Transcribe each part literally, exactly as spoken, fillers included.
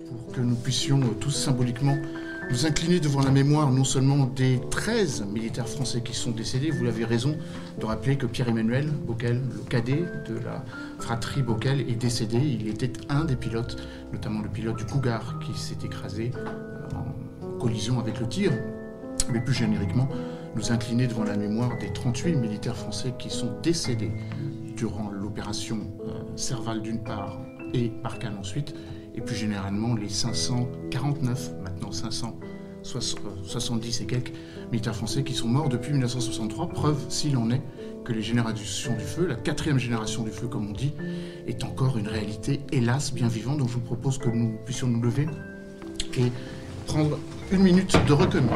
pour que nous puissions euh, tous symboliquement nous incliner devant la mémoire non seulement des treize militaires français qui sont décédés, vous l'avez raison de rappeler que Pierre-Emmanuel Bockel, le cadet de la fratrie Bockel, est décédé. Il était un des pilotes, notamment le pilote du Cougar qui s'est écrasé en collision avec le tir. Mais plus génériquement, nous incliner devant la mémoire des trente-huit militaires français qui sont décédés durant l'opération euh, Serval d'une part et Barkhane ensuite, et plus généralement les cinq cent quarante-neuf, maintenant cinq cent soixante-dix et quelques militaires français qui sont morts depuis mille neuf cent soixante-trois, preuve, s'il en est, que les générations du feu, la quatrième génération du feu comme on dit, est encore une réalité, hélas, bien vivante. Donc je vous propose que nous puissions nous lever et prendre une minute de recueillement.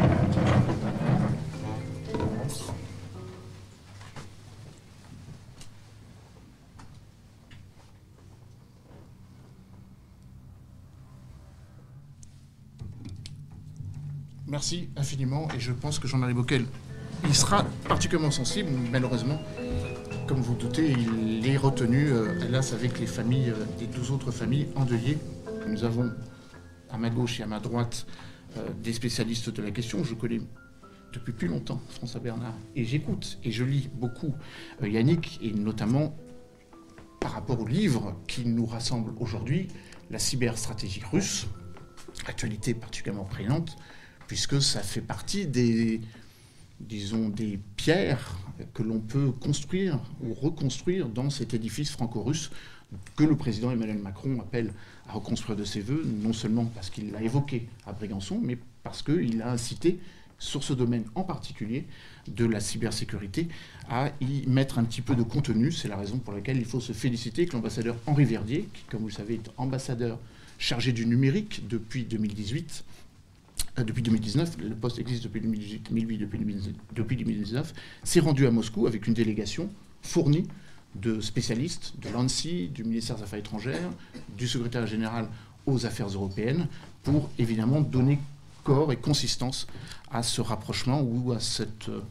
Merci infiniment, et je pense que Jean-Marie Bockel, il sera particulièrement sensible, malheureusement. Comme vous doutez, il est retenu, euh, hélas, avec les familles, euh, des douze autres familles endeuillées. Nous avons à ma gauche et à ma droite euh, des spécialistes de la question. Je connais depuis plus longtemps François Bernard, et j'écoute et je lis beaucoup euh, Yannick, et notamment par rapport au livre qui nous rassemble aujourd'hui, La cyberstratégie russe, actualité particulièrement prégnante, puisque ça fait partie des, disons, des pierres que l'on peut construire ou reconstruire dans cet édifice franco-russe que le président Emmanuel Macron appelle à reconstruire de ses voeux, non seulement parce qu'il l'a évoqué à Brégançon, mais parce qu'il a incité, sur ce domaine en particulier, de la cybersécurité, à y mettre un petit peu de contenu. C'est la raison pour laquelle il faut se féliciter que l'ambassadeur Henri Verdier, qui, comme vous le savez, est ambassadeur chargé du numérique depuis deux mille dix-huit, depuis deux mille dix-neuf, le poste existe depuis deux mille dix-huit, mais lui depuis, depuis deux mille dix-neuf, s'est rendu à Moscou avec une délégation fournie de spécialistes de l'ANSSI, du ministère des Affaires étrangères, du secrétaire général aux Affaires européennes, pour évidemment donner corps et consistance à ce rapprochement ou à cette euh,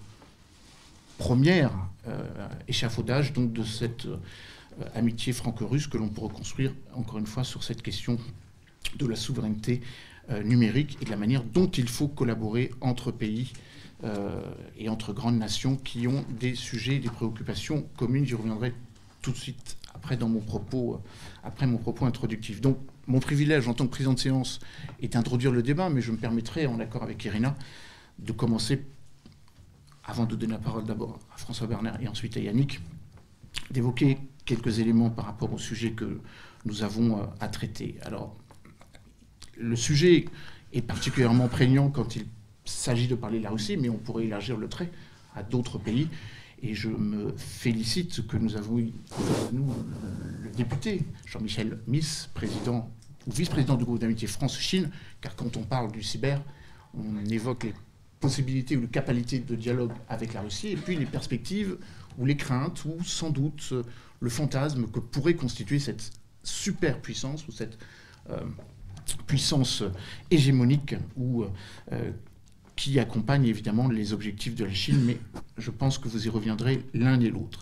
première euh, échafaudage donc, de cette euh, amitié franco-russe que l'on peut reconstruire, encore une fois, sur cette question de la souveraineté Euh, numérique et de la manière dont il faut collaborer entre pays euh, et entre grandes nations qui ont des sujets, des préoccupations communes. J'y reviendrai tout de suite après dans mon propos, euh, après mon propos introductif. Donc, mon privilège en tant que président de séance est d'introduire le débat, mais je me permettrai, en accord avec Irina, de commencer, avant de donner la parole d'abord à François Bernard et ensuite à Yannick, d'évoquer quelques éléments par rapport au sujet que nous avons euh, à traiter. Alors, le sujet est particulièrement prégnant quand il s'agit de parler de la Russie, mais on pourrait élargir le trait à d'autres pays. Et je me félicite que nous avons eu, nous, le député Jean-Michel Miss, président ou vice-président du groupe d'amitié France-Chine, car quand on parle du cyber, on évoque les possibilités ou les capacités de dialogue avec la Russie, et puis les perspectives ou les craintes, ou sans doute le fantasme que pourrait constituer cette superpuissance ou cette euh, puissance hégémonique ou euh, qui accompagne évidemment les objectifs de la Chine, mais je pense que vous y reviendrez l'un et l'autre.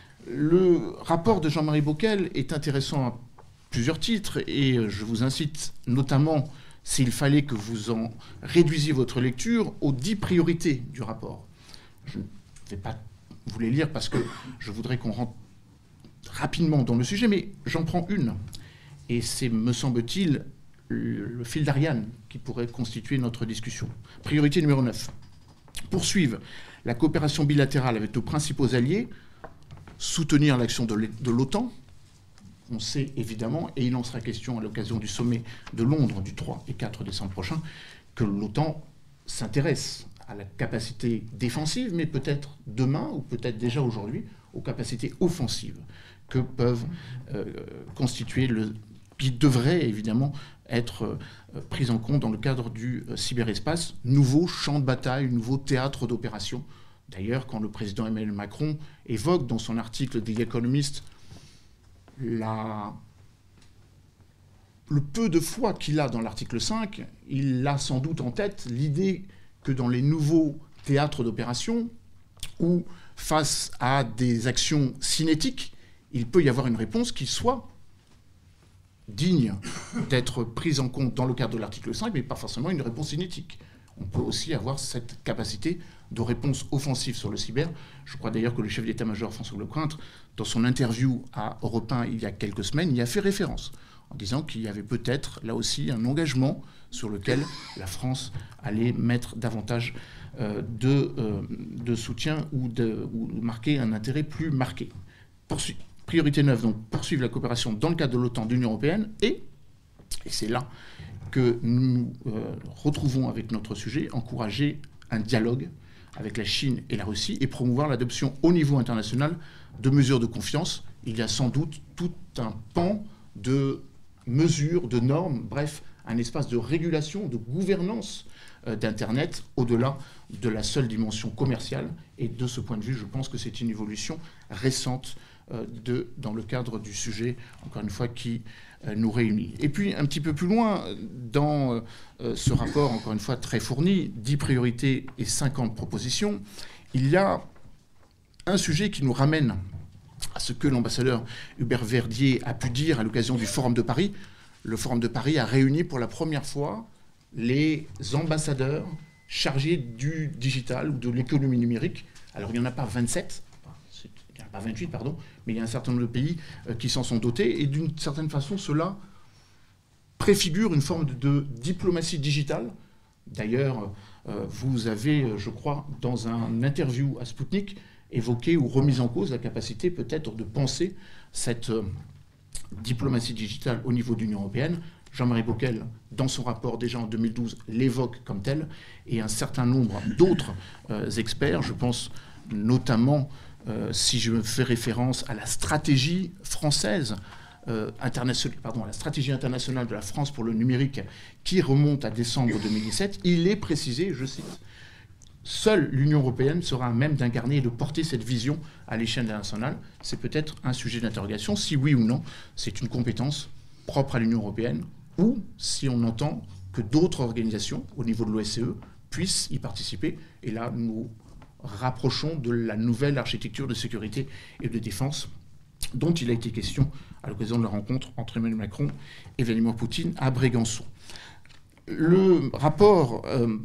Le rapport de Jean-Marie Bockel est intéressant à plusieurs titres, et je vous incite notamment, s'il fallait que vous en réduisiez votre lecture, aux dix priorités du rapport. Je ne vais pas vous les lire parce que je voudrais qu'on rentre rapidement dans le sujet, mais j'en prends une, et c'est, me semble-t-il, le fil d'Ariane qui pourrait constituer notre discussion. Priorité numéro neuf. Poursuivre la coopération bilatérale avec nos principaux alliés, soutenir l'action de l'OTAN. On sait évidemment, et il en sera question à l'occasion du sommet de Londres du trois et quatre décembre prochain, que l'OTAN s'intéresse à la capacité défensive, mais peut-être demain, ou peut-être déjà aujourd'hui, aux capacités offensives que peuvent euh, constituer le qui devrait évidemment être euh, prise en compte dans le cadre du euh, cyberespace, nouveau champ de bataille, nouveau théâtre d'opération. D'ailleurs, quand le président Emmanuel Macron évoque dans son article The Economist la... le peu de foi qu'il a dans l'article cinq, il a sans doute en tête l'idée que dans les nouveaux théâtres d'opération, où face à des actions cinétiques, il peut y avoir une réponse qui soit digne d'être prise en compte dans le cadre de l'article cinq, mais pas forcément une réponse inéthique. On peut aussi avoir cette capacité de réponse offensive sur le cyber. Je crois d'ailleurs que le chef d'état-major François Lecointre, dans son interview à Europe un il y a quelques semaines, y a fait référence, en disant qu'il y avait peut-être là aussi un engagement sur lequel la France allait mettre davantage euh, de, euh, de soutien ou, de, ou marquer un intérêt plus marqué. Poursu- priorité neuf, donc poursuivre la coopération dans le cadre de l'OTAN, de l'Union européenne, et, et c'est là que nous euh, retrouvons avec notre sujet, encourager un dialogue avec la Chine et la Russie et promouvoir l'adoption au niveau international de mesures de confiance. Il y a sans doute tout un pan de mesures, de normes, bref, un espace de régulation, de gouvernance euh, d'Internet au-delà de la seule dimension commerciale. Et de ce point de vue, je pense que c'est une évolution récente euh, de, dans le cadre du sujet, encore une fois, qui euh, nous réunit. Et puis, un petit peu plus loin, dans euh, ce rapport, encore une fois, très fourni, dix priorités et cinquante propositions, il y a un sujet qui nous ramène à ce que l'ambassadeur Hubert Verdier a pu dire à l'occasion du Forum de Paris. Le Forum de Paris a réuni pour la première fois les ambassadeurs chargés du digital ou de l'économie numérique. Alors, il n'y en a pas vingt-sept, il n'y en a pas vingt-huit, pardon, mais il y a un certain nombre de pays euh, qui s'en sont dotés. Et d'une certaine façon, cela préfigure une forme de, de diplomatie digitale. D'ailleurs, euh, vous avez, je crois, dans un interview à Sputnik, évoqué ou remis en cause la capacité peut-être de penser cette euh, diplomatie digitale au niveau de l'Union européenne. Jean-Marie Bockel, dans son rapport déjà en deux mille douze, l'évoque comme tel, et un certain nombre d'autres euh, experts, je pense notamment, euh, si je fais référence à la stratégie française, euh, internationale, pardon, à la stratégie internationale de la France pour le numérique, qui remonte à décembre deux mille dix-sept, il est précisé, je cite, seule l'Union européenne sera à même d'incarner et de porter cette vision à l'échelle internationale. C'est peut-être un sujet d'interrogation. Si oui ou non, c'est une compétence propre à l'Union européenne, ou si on entend que d'autres organisations, au niveau de l'O S C E, puissent y participer. Et là, nous rapprochons de la nouvelle architecture de sécurité et de défense dont il a été question à l'occasion de la rencontre entre Emmanuel Macron et Vladimir Poutine à Brégançon. Le rapport euh,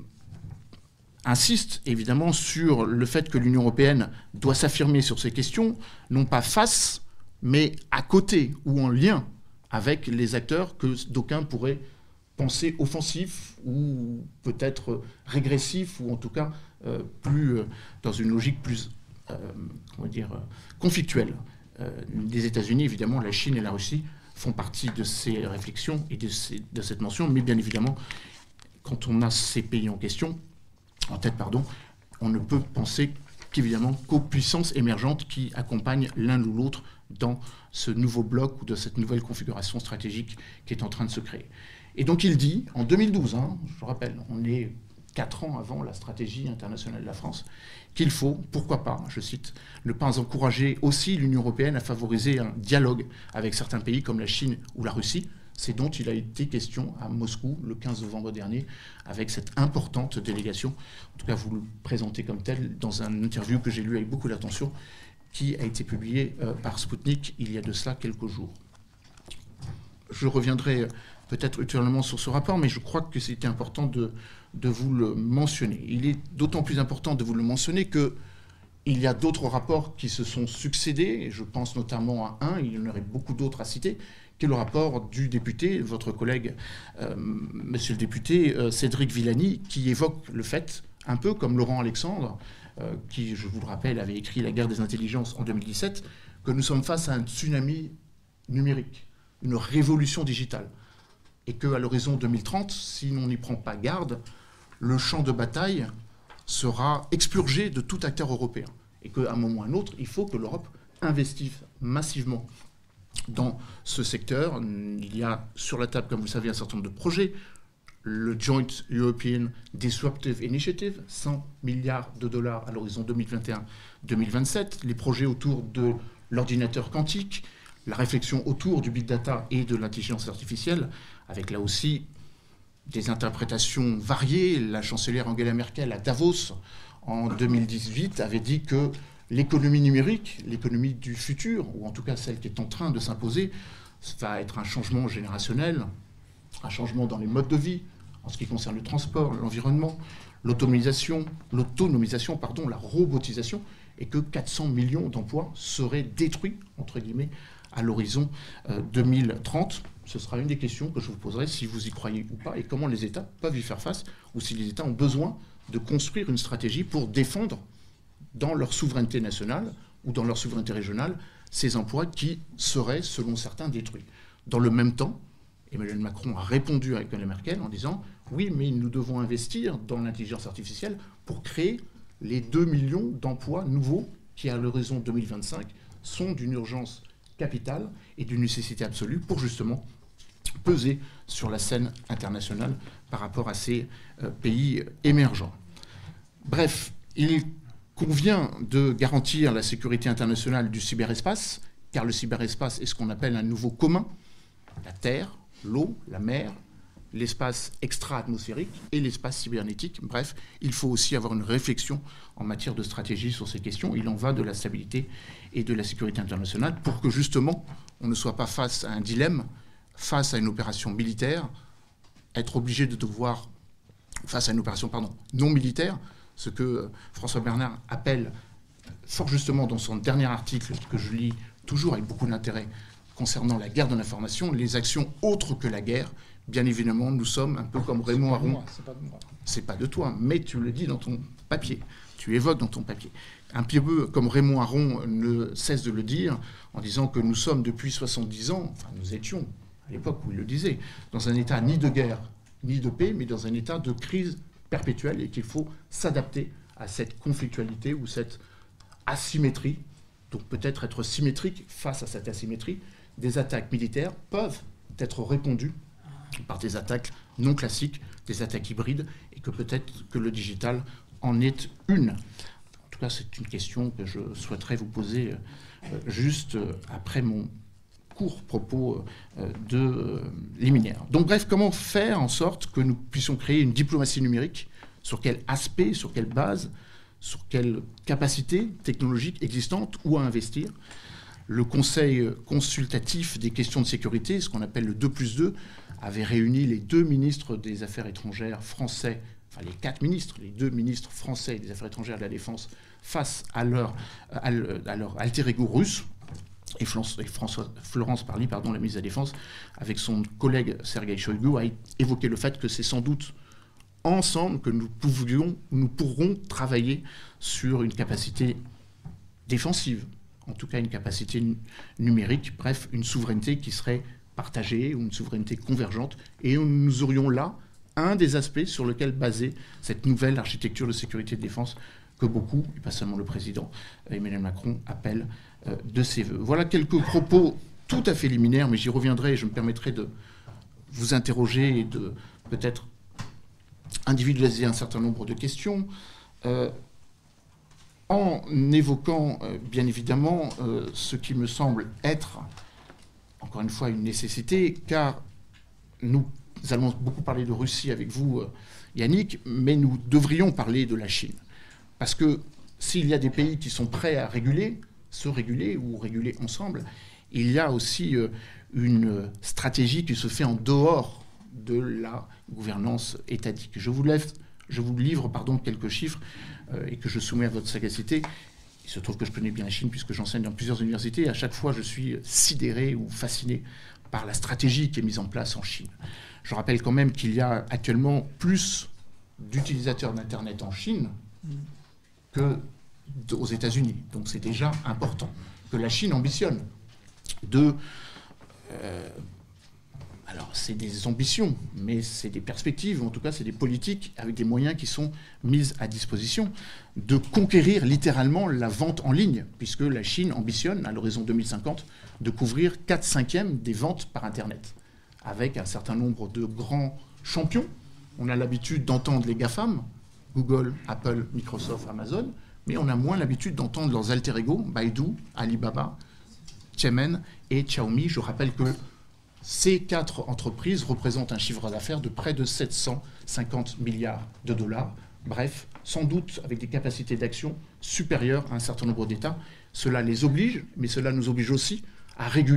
insiste évidemment sur le fait que l'Union européenne doit s'affirmer sur ces questions, non pas face, mais à côté ou en lien avec les acteurs que d'aucuns pourraient penser offensifs ou peut-être régressifs, ou en tout cas euh, plus, euh, dans une logique plus euh, comment dire, euh, conflictuelle. Euh, les États-Unis, évidemment, la Chine et la Russie font partie de ces réflexions et de, ces, de cette mention, mais bien évidemment, quand on a ces pays en question, en tête, pardon, on ne peut penser qu'évidemment qu'aux puissances émergentes qui accompagnent l'un ou l'autre dans ce nouveau bloc ou de cette nouvelle configuration stratégique qui est en train de se créer. Et donc il dit, en deux mille douze, hein, je rappelle, on est quatre ans avant la stratégie internationale de la France, qu'il faut, pourquoi pas, je cite, ne pas encourager aussi l'Union européenne à favoriser un dialogue avec certains pays comme la Chine ou la Russie. C'est dont il a été question à Moscou le quinze novembre dernier, avec cette importante délégation. En tout cas, vous le présentez comme tel dans un interview que j'ai lu avec beaucoup d'attention, qui a été publié euh, par Sputnik il y a de cela quelques jours. Je reviendrai peut-être ultérieurement sur ce rapport, mais je crois que c'était important de, de vous le mentionner. Il est d'autant plus important de vous le mentionner que il y a d'autres rapports qui se sont succédés, et je pense notamment à un, il y en aurait beaucoup d'autres à citer, qui est le rapport du député, votre collègue, euh, monsieur le député, euh, Cédric Villani, qui évoque le fait, un peu comme Laurent Alexandre, euh, qui, je vous le rappelle, avait écrit La guerre des intelligences en deux mille dix-sept, que nous sommes face à un tsunami numérique, une révolution digitale. Et qu'à l'horizon deux mille trente, si l'on n'y prend pas garde, le champ de bataille sera expurgé de tout acteur européen. Et qu'à un moment ou à un autre, il faut que l'Europe investisse massivement dans ce secteur. Il y a sur la table, comme vous le savez, un certain nombre de projets. Le Joint European Disruptive Initiative, cent milliards de dollars à l'horizon deux mille vingt et un deux mille vingt-sept. Les projets autour de l'ordinateur quantique, la réflexion autour du big data et de l'intelligence artificielle, avec là aussi des interprétations variées. La chancelière Angela Merkel à Davos en deux mille dix-huit avait dit que l'économie numérique, l'économie du futur, ou en tout cas celle qui est en train de s'imposer, va être un changement générationnel. un changement dans les modes de vie, en ce qui concerne le transport, l'environnement, l'autonomisation, l'autonomisation, pardon, la robotisation, et que quatre cents millions d'emplois seraient détruits, entre guillemets, à l'horizon euh, deux mille trente. Ce sera une des questions que je vous poserai, si vous y croyez ou pas, et comment les États peuvent y faire face, ou si les États ont besoin de construire une stratégie pour défendre, dans leur souveraineté nationale ou dans leur souveraineté régionale, ces emplois qui seraient, selon certains, détruits. Dans le même temps, Emmanuel Macron a répondu à Angela Merkel en disant « Oui, mais nous devons investir dans l'intelligence artificielle pour créer les deux millions d'emplois nouveaux qui, à l'horizon deux mille vingt-cinq, sont d'une urgence capitale et d'une nécessité absolue pour justement peser sur la scène internationale par rapport à ces euh, pays émergents. » Bref, il convient de garantir la sécurité internationale du cyberespace, car le cyberespace est ce qu'on appelle un nouveau commun, la Terre, l'eau, la mer, l'espace extra-atmosphérique et l'espace cybernétique. Bref, il faut aussi avoir une réflexion en matière de stratégie sur ces questions. Il en va de la stabilité et de la sécurité internationale pour que justement on ne soit pas face à un dilemme, face à une opération militaire, être obligé de devoir, face à une opération pardon, non militaire, ce que François Bernard appelle fort justement dans son dernier article que je lis toujours avec beaucoup d'intérêt concernant la guerre de l'information, les actions autres que la guerre. Bien évidemment, nous sommes un peu comme Raymond Aron. C'est pas de moi. C'est pas de toi, mais tu le dis dans ton papier. Tu évoques dans ton papier. Un peu comme Raymond Aron ne cesse de le dire, en disant que nous sommes depuis soixante-dix ans, enfin nous étions, à l'époque où il le disait, dans un état ni de guerre, ni de paix, mais dans un état de crise perpétuelle et qu'il faut s'adapter à cette conflictualité ou cette asymétrie. Donc peut-être être symétrique face à cette asymétrie. Des attaques militaires peuvent être répondues par des attaques non classiques, des attaques hybrides, et que peut-être que le digital en est une. En tout cas, c'est une question que je souhaiterais vous poser euh, juste euh, après mon court propos euh, de euh, liminaire. Donc bref, comment faire en sorte que nous puissions créer une diplomatie numérique? Sur quel aspect, sur quelle base, sur quelle capacité technologique existante ou à investir? Le Conseil consultatif des questions de sécurité, ce qu'on appelle le deux plus deux, avait réuni les deux ministres des Affaires étrangères français, enfin les quatre ministres, les deux ministres français des Affaires étrangères et de la Défense face à leur, à leur alter ego russe. Et François, Florence Parly, pardon, la ministre de la Défense, avec son collègue Sergueï Shoïgu, a évoqué le fait que c'est sans doute ensemble que nous, pouvions, nous pourrons travailler sur une capacité défensive, en tout cas une capacité numérique, bref, une souveraineté qui serait partagée ou une souveraineté convergente. Et nous aurions là un des aspects sur lequel baser cette nouvelle architecture de sécurité et de défense que beaucoup, et pas seulement le président Emmanuel Macron, appellent euh, de ses voeux. Voilà quelques propos tout à fait liminaires, mais j'y reviendrai et je me permettrai de vous interroger et de peut-être individualiser un certain nombre de questions. Euh, en évoquant euh, bien évidemment euh, ce qui me semble être, encore une fois, une nécessité, car nous allons beaucoup parler de Russie avec vous, euh, Yannick, mais nous devrions parler de la Chine. Parce que s'il y a des pays qui sont prêts à réguler, se réguler ou réguler ensemble, il y a aussi euh, une stratégie qui se fait en dehors de la gouvernance étatique. Je vous lève Je vous livre pardon, quelques chiffres euh, et que je soumets à votre sagacité. Il se trouve que je connais bien la Chine puisque j'enseigne dans plusieurs universités. Et à chaque fois, je suis sidéré ou fasciné par la stratégie qui est mise en place en Chine. Je rappelle quand même qu'il y a actuellement plus d'utilisateurs d'Internet en Chine qu'aux États-Unis. Donc c'est déjà important que la Chine ambitionne de... Euh, Alors, c'est des ambitions, mais c'est des perspectives, en tout cas, c'est des politiques avec des moyens qui sont mis à disposition de conquérir littéralement la vente en ligne, puisque la Chine ambitionne, à l'horizon deux mille cinquante, de couvrir quatre cinquièmes des ventes par Internet, avec un certain nombre de grands champions. On a l'habitude d'entendre les GAFAM, Google, Apple, Microsoft, Amazon, mais on a moins l'habitude d'entendre leurs alter ego, Baidu, Alibaba, Tiemen et Xiaomi. Je rappelle que ces quatre entreprises représentent un chiffre d'affaires de près de sept cent cinquante milliards de dollars. Bref, sans doute avec des capacités d'action supérieures à un certain nombre d'États. Cela les oblige, mais cela nous oblige aussi à réguler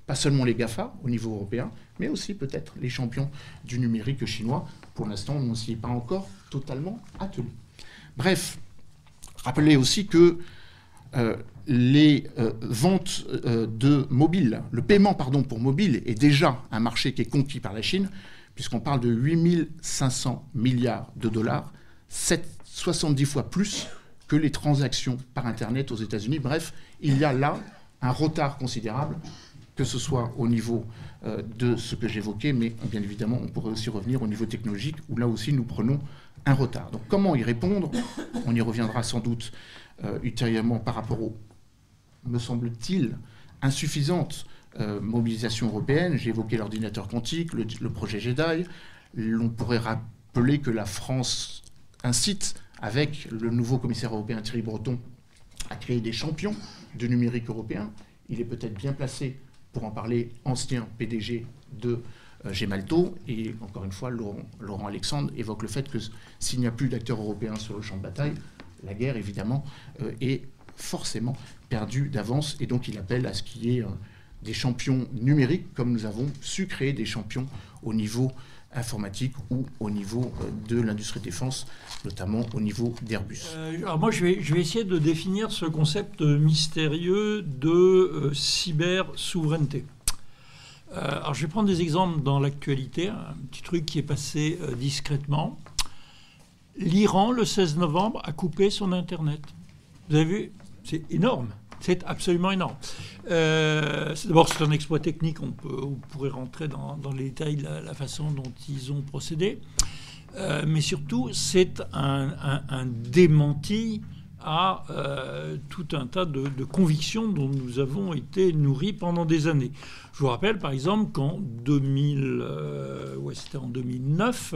pas seulement les GAFA au niveau européen, mais aussi peut-être les champions du numérique chinois. Pour l'instant, on ne s'y est pas encore totalement attelé. Bref, rappelez aussi que euh, les euh, ventes euh, de mobile, le paiement pardon, pour mobile est déjà un marché qui est conquis par la Chine, puisqu'on parle de huit mille cinq cents milliards de dollars, soixante-dix fois plus que les transactions par Internet aux États-Unis. Bref, il y a là un retard considérable, que ce soit au niveau euh, de ce que j'évoquais, mais bien évidemment, on pourrait aussi revenir au niveau technologique, où là aussi, nous prenons un retard. Donc, comment y répondre? On y reviendra sans doute euh, ultérieurement par rapport aux, me semble-t-il, insuffisantes euh, mobilisations européennes. J'ai évoqué l'ordinateur quantique, le, le projet Jedi. On pourrait rappeler que la France incite, avec le nouveau commissaire européen Thierry Breton, à créer des champions de numérique européen. Il est peut-être bien placé pour en parler, ancien P D G de euh, Gemalto. Et encore une fois, Laurent, Laurent Alexandre évoque le fait que s'il n'y a plus d'acteurs européens sur le champ de bataille, la guerre, évidemment, euh, est forcément perdue d'avance. Et donc, il appelle à ce qu'il y ait euh, des champions numériques, comme nous avons su créer des champions au niveau informatique ou au niveau euh, de l'industrie défense, notamment au niveau d'Airbus. Euh, alors moi, je vais, je vais essayer de définir ce concept mystérieux de euh, cyber-souveraineté. Euh, alors, je vais prendre des exemples dans l'actualité, un petit truc qui est passé euh, discrètement. L'Iran, le seize novembre, a coupé son Internet. Vous avez vu? C'est énorme. C'est absolument énorme. Euh, D'abord, c'est un exploit technique. On, peut, on pourrait rentrer dans, dans les détails de la, la façon dont ils ont procédé. Euh, mais surtout, c'est un, un, un démenti à euh, tout un tas de, de convictions dont nous avons été nourris pendant des années. Je vous rappelle, par exemple, qu'en deux mille, euh, ouais, c'était en deux mille neuf,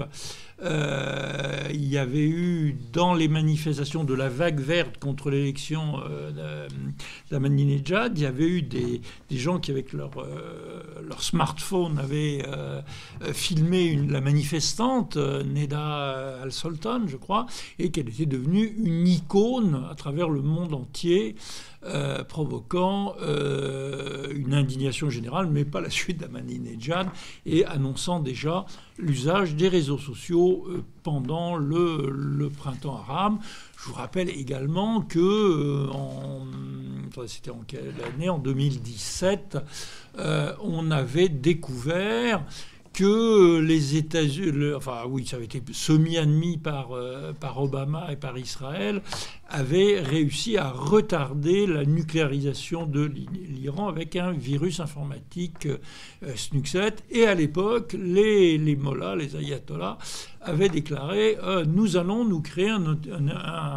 euh, il y avait eu dans les manifestations de la vague verte contre l'élection euh, d'Ahmadinejad, il y avait eu des, des gens qui, avec leur, euh, leur smartphone, avaient euh, filmé une, la manifestante, euh, Neda Al-Sultan, je crois, et qu'elle était devenue une icône à travers le monde entier, Euh, provoquant euh, une indignation générale, mais pas la suite d'Ahmadinejad, et annonçant déjà l'usage des réseaux sociaux euh, pendant le, le printemps arabe. Je vous rappelle également que euh, en, c'était en quelle année? En deux mille dix-sept, euh, on avait découvert que les États-Unis, enfin oui, ça avait été semi-admis par, euh, par Obama et par Israël, avaient réussi à retarder la nucléarisation de l'Iran avec un virus informatique euh, Stuxnet. Et à l'époque, les, les mollahs, les ayatollahs, avaient déclaré euh, « nous allons nous créer un, un,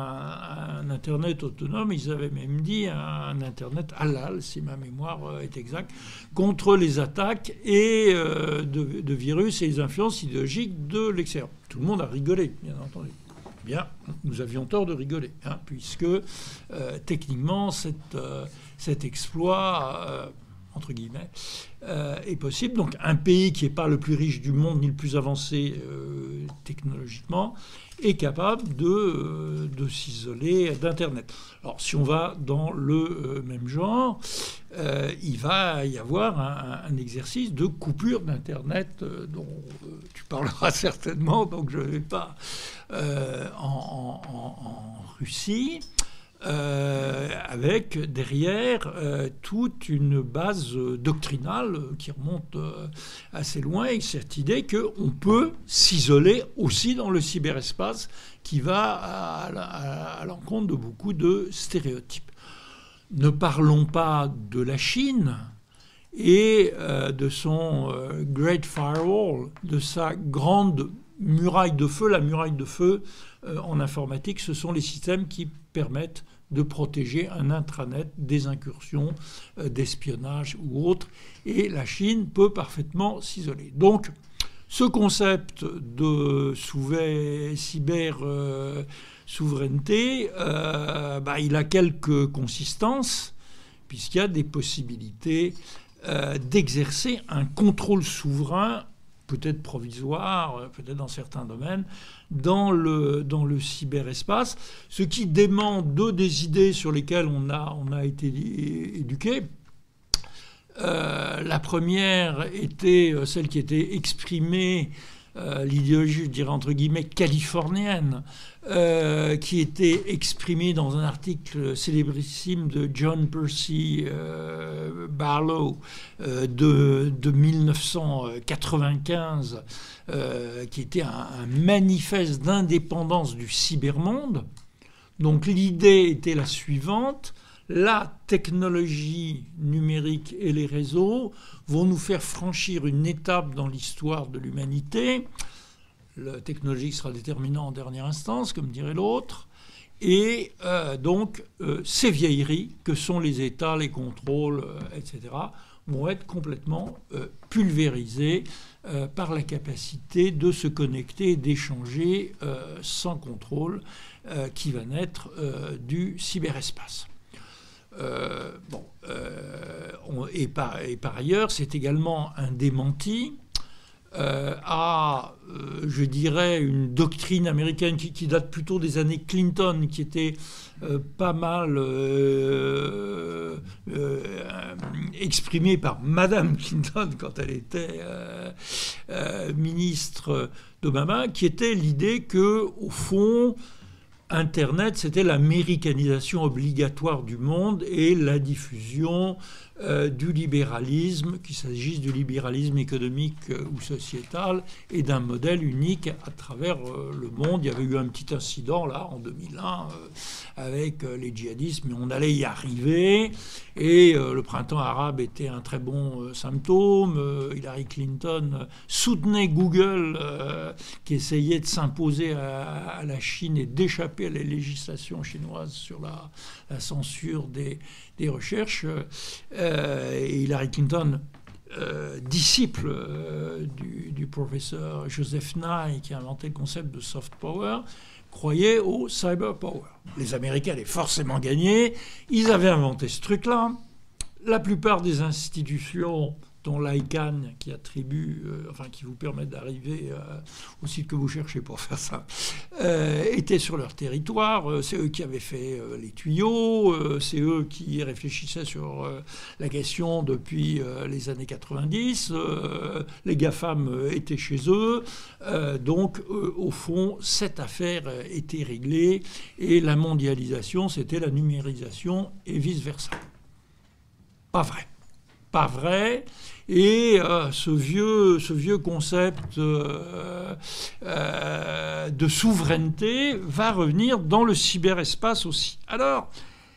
un, un Internet autonome ». Ils avaient même dit un, un Internet halal, si ma mémoire est exacte, contre les attaques et, euh, de, de virus et les influences idéologiques de l'extérieur. Tout le monde a rigolé, bien entendu. Bien, nous avions tort de rigoler, hein, puisque euh, techniquement, cette, euh, cet exploit, euh, entre guillemets, euh, est possible. Donc un pays qui n'est pas le plus riche du monde ni le plus avancé euh, technologiquement est capable de, euh, de s'isoler d'Internet. Alors si on va dans le euh, même genre, euh, il va y avoir un, un exercice de coupure d'Internet euh, dont euh, tu parleras certainement, donc je ne vais pas... Euh, en, en, en Russie, euh, avec derrière euh, toute une base doctrinale qui remonte euh, assez loin, et cette idée qu'on peut s'isoler aussi dans le cyberespace, qui va à, à, à l'encontre de beaucoup de stéréotypes. Ne parlons pas de la Chine et euh, de son euh, Great Firewall, de sa grande muraille de feu. La muraille de feu euh, en informatique, ce sont les systèmes qui permettent de protéger un intranet des incursions euh, d'espionnage ou autres. Et la Chine peut parfaitement s'isoler. Donc, ce concept de cyber euh, souveraineté, euh, bah, il a quelques consistances, puisqu'il y a des possibilités euh, d'exercer un contrôle souverain, peut-être provisoire, peut-être dans certains domaines, dans le, dans le cyberespace, ce qui dément deux des idées sur lesquelles on a, on a été éduqué. Euh, la première était celle qui était exprimée, euh, l'idéologie, je dirais entre guillemets, californienne, euh, qui était exprimée dans un article célébrissime de John Percy euh, Barlow euh, de, de mille neuf cent quatre-vingt-quinze, euh, qui était un, un manifeste d'indépendance du cybermonde. Donc l'idée était la suivante: la technologie numérique et les réseaux vont nous faire franchir une étape dans l'histoire de l'humanité. La technologie sera déterminante en dernière instance, comme dirait l'autre. Et euh, donc, euh, ces vieilleries que sont les États, les contrôles, euh, et cetera, vont être complètement euh, pulvérisées euh, par la capacité de se connecter et d'échanger euh, sans contrôle euh, qui va naître euh, du cyberespace. Euh, bon, euh, on, et, par, et par ailleurs, c'est également un démenti euh, à, euh, je dirais, une doctrine américaine qui, qui date plutôt des années Clinton, qui était euh, pas mal euh, euh, exprimée par Madame Clinton quand elle était euh, euh, ministre d'Obama, qui était l'idée que, au fond, Internet, c'était l'américanisation obligatoire du monde et la diffusion euh, du libéralisme, qu'il s'agisse du libéralisme économique euh, ou sociétal, et d'un modèle unique à travers euh, le monde. Il y avait eu un petit incident, là, en deux mille un, euh, avec euh, les djihadistes, mais on allait y arriver. Et euh, le printemps arabe était un très bon euh, symptôme. Euh, Hillary Clinton euh, soutenait Google, euh, qui essayait de s'imposer à, à la Chine et d'échapper à la législation chinoise sur la, la censure des, des recherches. Euh, et Hillary Clinton, euh, disciple euh, du, du professeur Joseph Nye, qui a inventé le concept de soft power, croyait au cyber power. Les Américains allaient forcément gagner. Ils avaient inventé ce truc-là. La plupart des institutions, dont l'I C A N, qui attribue, euh, enfin qui vous permet d'arriver euh, au site que vous cherchez pour faire ça, euh, étaient sur leur territoire. Euh, c'est eux qui avaient fait euh, les tuyaux. Euh, c'est eux qui réfléchissaient sur euh, la question depuis euh, les années quatre-vingt-dix. Euh, les GAFAM euh, étaient chez eux. Euh, donc, euh, au fond, cette affaire euh, était réglée. Et la mondialisation, c'était la numérisation et vice-versa. Pas vrai. Pas vrai. Et euh, ce, vieux, ce vieux concept euh, euh, de souveraineté va revenir dans le cyberespace aussi. Alors,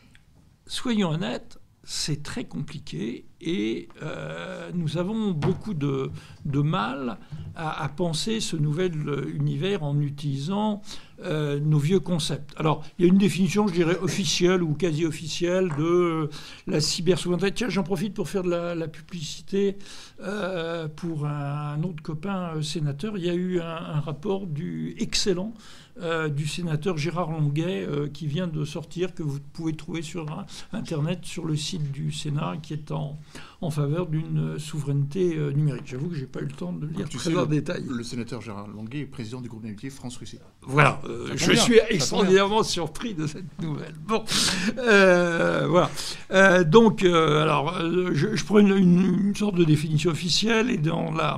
soyons honnêtes, c'est très compliqué et euh, nous avons beaucoup de, de mal à, à penser ce nouvel univers en utilisant euh, nos vieux concepts. Alors, il y a une définition, je dirais, officielle ou quasi officielle de la cybersouveraineté. Tiens, j'en profite pour faire de la, la publicité euh, pour un, un autre copain euh, sénateur. Il y a eu un, un rapport du excellent Euh, du sénateur Gérard Longuet euh, qui vient de sortir, que vous pouvez trouver sur hein, Internet, sur le site du Sénat, qui est en, en faveur d'une souveraineté euh, numérique. J'avoue que je n'ai pas eu le temps de le lire tu très sais, en le, détail. Le sénateur Gérard Longuet est président du groupe d'amitié France-Russie. Voilà, euh, je bien, suis extraordinairement surpris de cette nouvelle. Bon, euh, voilà. Euh, donc, euh, alors, euh, je, je prends une, une, une sorte de définition officielle, et dans la...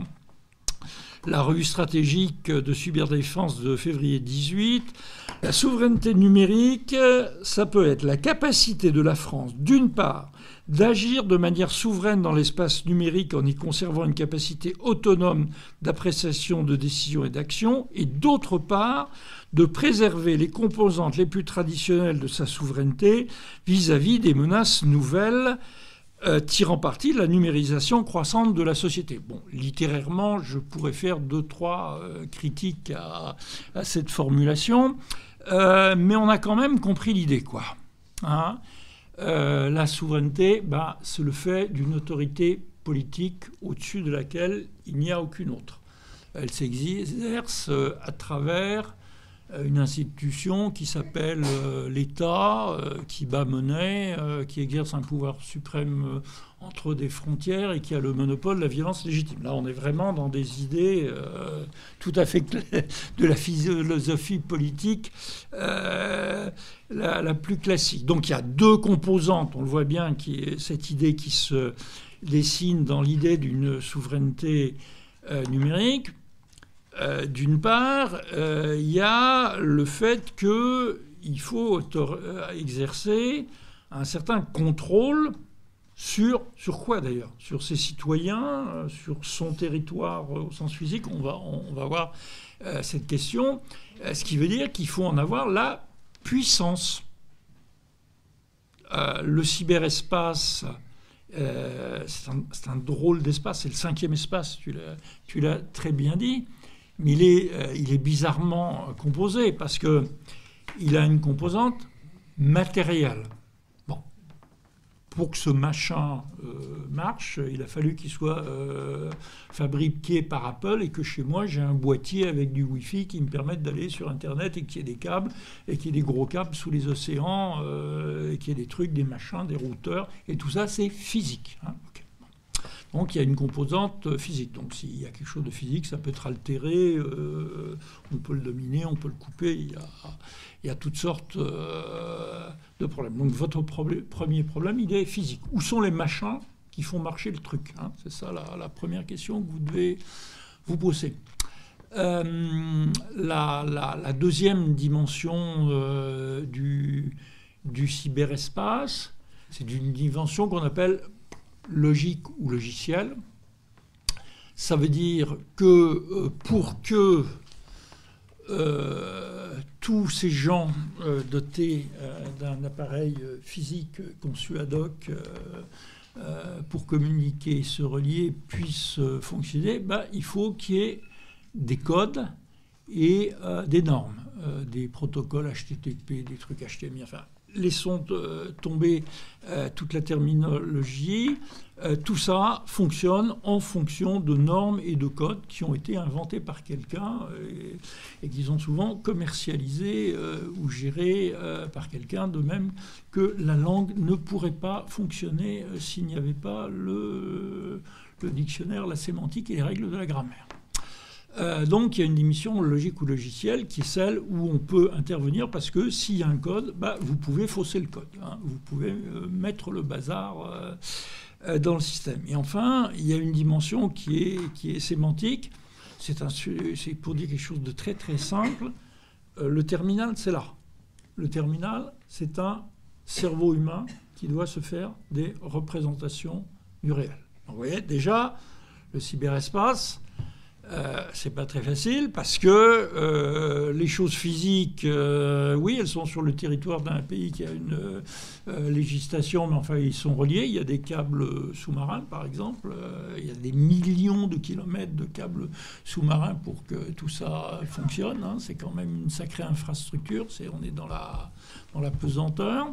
La revue stratégique de cyberdéfense de février dix-huit, la souveraineté numérique, ça peut être la capacité de la France, d'une part, d'agir de manière souveraine dans l'espace numérique en y conservant une capacité autonome d'appréciation, de décision et d'action, et d'autre part, de préserver les composantes les plus traditionnelles de sa souveraineté vis-à-vis des menaces nouvelles, Euh, tirant parti de la numérisation croissante de la société. Bon, littérairement, je pourrais faire deux, trois euh, critiques à, à cette formulation, euh, mais on a quand même compris l'idée, quoi. Hein euh, la souveraineté, bah, c'est le fait d'une autorité politique au-dessus de laquelle il n'y a aucune autre. Elle s'exerce euh, à travers une institution qui s'appelle euh, l'État, euh, qui bat monnaie, euh, qui exerce un pouvoir suprême euh, entre des frontières et qui a le monopole de la violence légitime. Là, on est vraiment dans des idées euh, tout à fait claires de la philosophie politique euh, la, la plus classique. Donc il y a deux composantes, on le voit bien, qui est cette idée qui se dessine dans l'idée d'une souveraineté euh, numérique. Euh, d'une part, euh, il y a le fait qu'il faut exercer un certain contrôle sur, sur quoi d'ailleurs? Sur ses citoyens, euh, sur son territoire euh, au sens physique. On va, on, on va voir euh, cette question. Euh, ce qui veut dire qu'il faut en avoir la puissance. Euh, le cyberespace, euh, c'est un, c'est un drôle d'espace. C'est le cinquième espace, tu l'as, tu l'as très bien dit. Mais il est, euh, il est bizarrement composé parce qu'il a une composante matérielle. Pour que ce machin euh, marche, il a fallu qu'il soit euh, fabriqué par Apple et que chez moi, j'ai un boîtier avec du Wi-Fi qui me permette d'aller sur Internet et qu'il y ait des câbles, et qu'il y ait des gros câbles sous les océans, euh, et qu'il y ait des trucs, des machins, des routeurs. Et tout ça, c'est physique. Hein. Okay. Donc, il y a une composante physique. Donc, s'il y a quelque chose de physique, ça peut être altéré, euh, on peut le dominer, on peut le couper. Il y a, il y a toutes sortes euh, de problèmes. Donc, votre problème, premier problème, il est physique. Où sont les machins qui font marcher le truc, hein? C'est ça la, la première question que vous devez vous poser. Euh, la, la, la deuxième dimension euh, du, du cyberespace, c'est une dimension qu'on appelle logique ou logiciel. Ça veut dire que euh, pour que euh, tous ces gens euh, dotés euh, d'un appareil physique conçu ad hoc euh, euh, pour communiquer, se relier, puissent euh, fonctionner, bah, il faut qu'il y ait des codes et euh, des normes, euh, des protocoles H T T P, des trucs H T M L, enfin, laissons euh, tomber euh, toute la terminologie. Euh, tout ça fonctionne en fonction de normes et de codes qui ont été inventés par quelqu'un et, et qui sont souvent commercialisés euh, ou gérés euh, par quelqu'un, de même que la langue ne pourrait pas fonctionner euh, s'il n'y avait pas le, le dictionnaire, la sémantique et les règles de la grammaire. Euh, donc il y a une dimension logique ou logicielle qui est celle où on peut intervenir parce que s'il y a un code, bah, vous pouvez fausser le code, hein, vous pouvez euh, mettre le bazar euh, euh, dans le système. Et enfin, il y a une dimension qui est, qui est sémantique, c'est, un, c'est pour dire quelque chose de très très simple, euh, le terminal c'est là. Le terminal c'est un cerveau humain qui doit se faire des représentations du réel. Donc, vous voyez, déjà, le cyberespace, Euh, c'est pas très facile parce que euh, les choses physiques, euh, oui, elles sont sur le territoire d'un pays qui a une euh, législation, mais enfin, ils sont reliés. Il y a des câbles sous-marins, par exemple. Euh, il y a des millions de kilomètres de câbles sous-marins pour que tout ça fonctionne. Hein. C'est quand même une sacrée infrastructure. C'est, on est dans la, dans la pesanteur.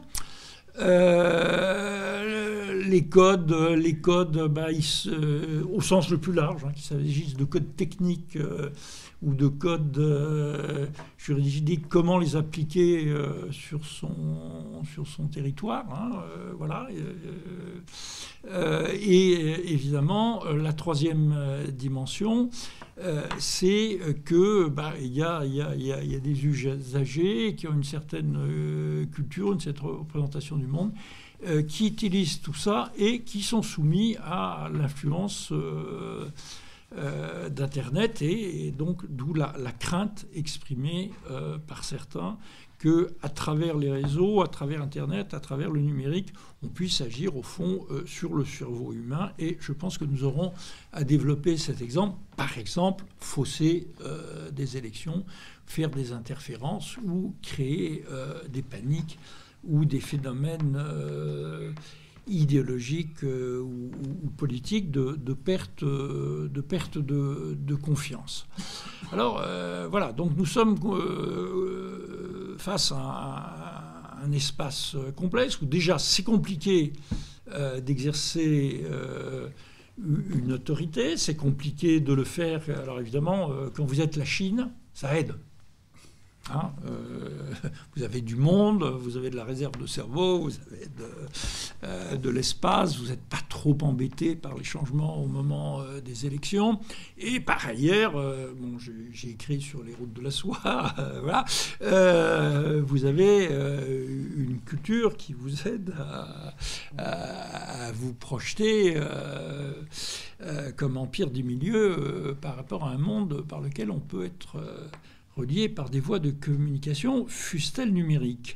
Euh, les codes, les codes bah, ils se, euh, au sens le plus large, hein, qu'il s'agisse de codes techniques euh, ou de codes euh, juridiques, comment les appliquer euh, sur, son, sur son territoire. Hein, euh, voilà. Euh, et évidemment, la troisième dimension, euh, c'est que bah, y a, y a, y a, y a des usagers qui ont une certaine euh, culture, une certaine représentation du monde, euh, qui utilisent tout ça et qui sont soumis à l'influence euh, euh, d'Internet et, et donc d'où la, la crainte exprimée euh, par certains qu'à travers les réseaux, à travers Internet, à travers le numérique, on puisse agir au fond euh, sur le cerveau humain. Et je pense que nous aurons à développer cet exemple. Par exemple, fausser euh, des élections, faire des interférences ou créer euh, des paniques ou des phénomènes euh, idéologiques euh, ou, ou politiques de, de perte, de, perte de, de confiance. Alors, euh, voilà, donc nous sommes euh, face à un, un espace complexe où déjà c'est compliqué euh, d'exercer euh, une autorité, c'est compliqué de le faire. Alors évidemment, euh, quand vous êtes la Chine, ça aide. Hein, euh, vous avez du monde, vous avez de la réserve de cerveau, vous avez de, euh, de l'espace, vous n'êtes pas trop embêté par les changements au moment euh, des élections. Et par ailleurs, euh, bon, j'ai écrit sur les routes de la soie, euh, voilà, euh, vous avez euh, une culture qui vous aide à, à, à vous projeter euh, euh, comme empire du milieu euh, par rapport à un monde par lequel on peut être euh, relié par des voies de communication, fussent-elles numériques.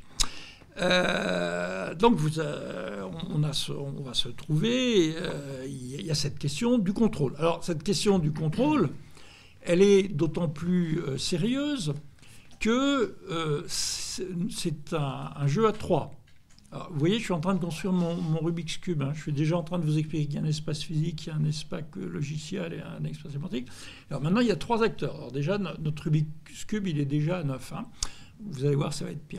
Euh, donc vous, euh, on, a ce, on va se trouver, euh, il y a cette question du contrôle. Alors cette question du contrôle, elle est d'autant plus euh, sérieuse que euh, c'est un, un jeu à trois. Alors, vous voyez, je suis en train de construire mon, mon Rubik's Cube. Hein. Je suis déjà en train de vous expliquer qu'il y a un espace physique, qu'il y a un espace logiciel et un espace sémantique. Alors maintenant, il y a trois acteurs. Alors déjà, notre Rubik's Cube, il est déjà à neuf. Hein. Vous allez voir, ça va être pire.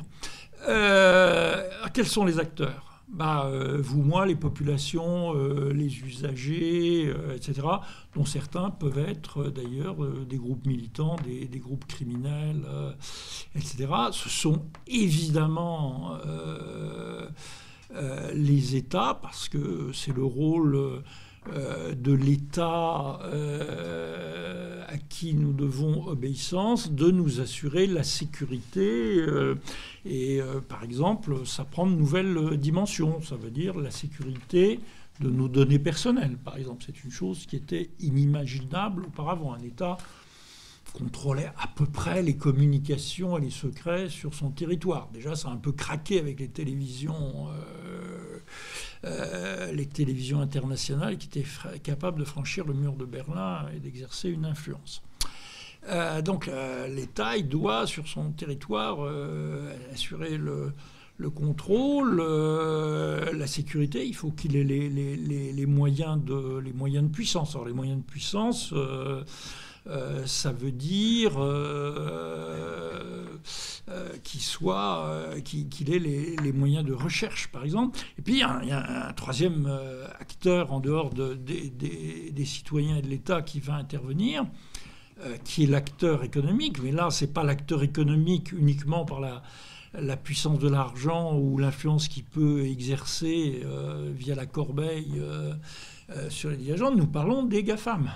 Euh, quels sont les acteurs ? Bah, euh, vous, moi, les populations, euh, les usagers, euh, et cetera, dont certains peuvent être euh, d'ailleurs euh, des groupes militants, des, des groupes criminels, euh, et cetera. Ce sont évidemment euh, euh, les États, parce que c'est le rôle euh, de l'État euh, à qui nous devons obéissance, de nous assurer la sécurité. Euh, et euh, par exemple, ça prend de nouvelles dimensions. Ça veut dire la sécurité de nos données personnelles, par exemple. C'est une chose qui était inimaginable auparavant. Un État contrôlait à peu près les communications et les secrets sur son territoire. Déjà, ça a un peu craqué avec les télévisions, euh, euh, les télévisions internationales qui étaient capables de franchir le mur de Berlin et d'exercer une influence. Euh, donc euh, l'État, il doit, sur son territoire, euh, assurer le, le contrôle, euh, la sécurité. Il faut qu'il ait les, les, les, les, moyens de, les moyens de puissance. Alors les moyens de puissance... Euh, Euh, ça veut dire euh, euh, qu'il soit, euh, qu'il, qu'il ait les, les moyens de recherche, par exemple. Et puis, il y a un, il y a un troisième euh, acteur en dehors de, de, de, des citoyens et de l'État qui va intervenir, euh, qui est l'acteur économique. Mais là, ce n'est pas l'acteur économique uniquement par la, la puissance de l'argent ou l'influence qu'il peut exercer euh, via la corbeille euh, euh, sur les dirigeants. Nous parlons des GAFAM.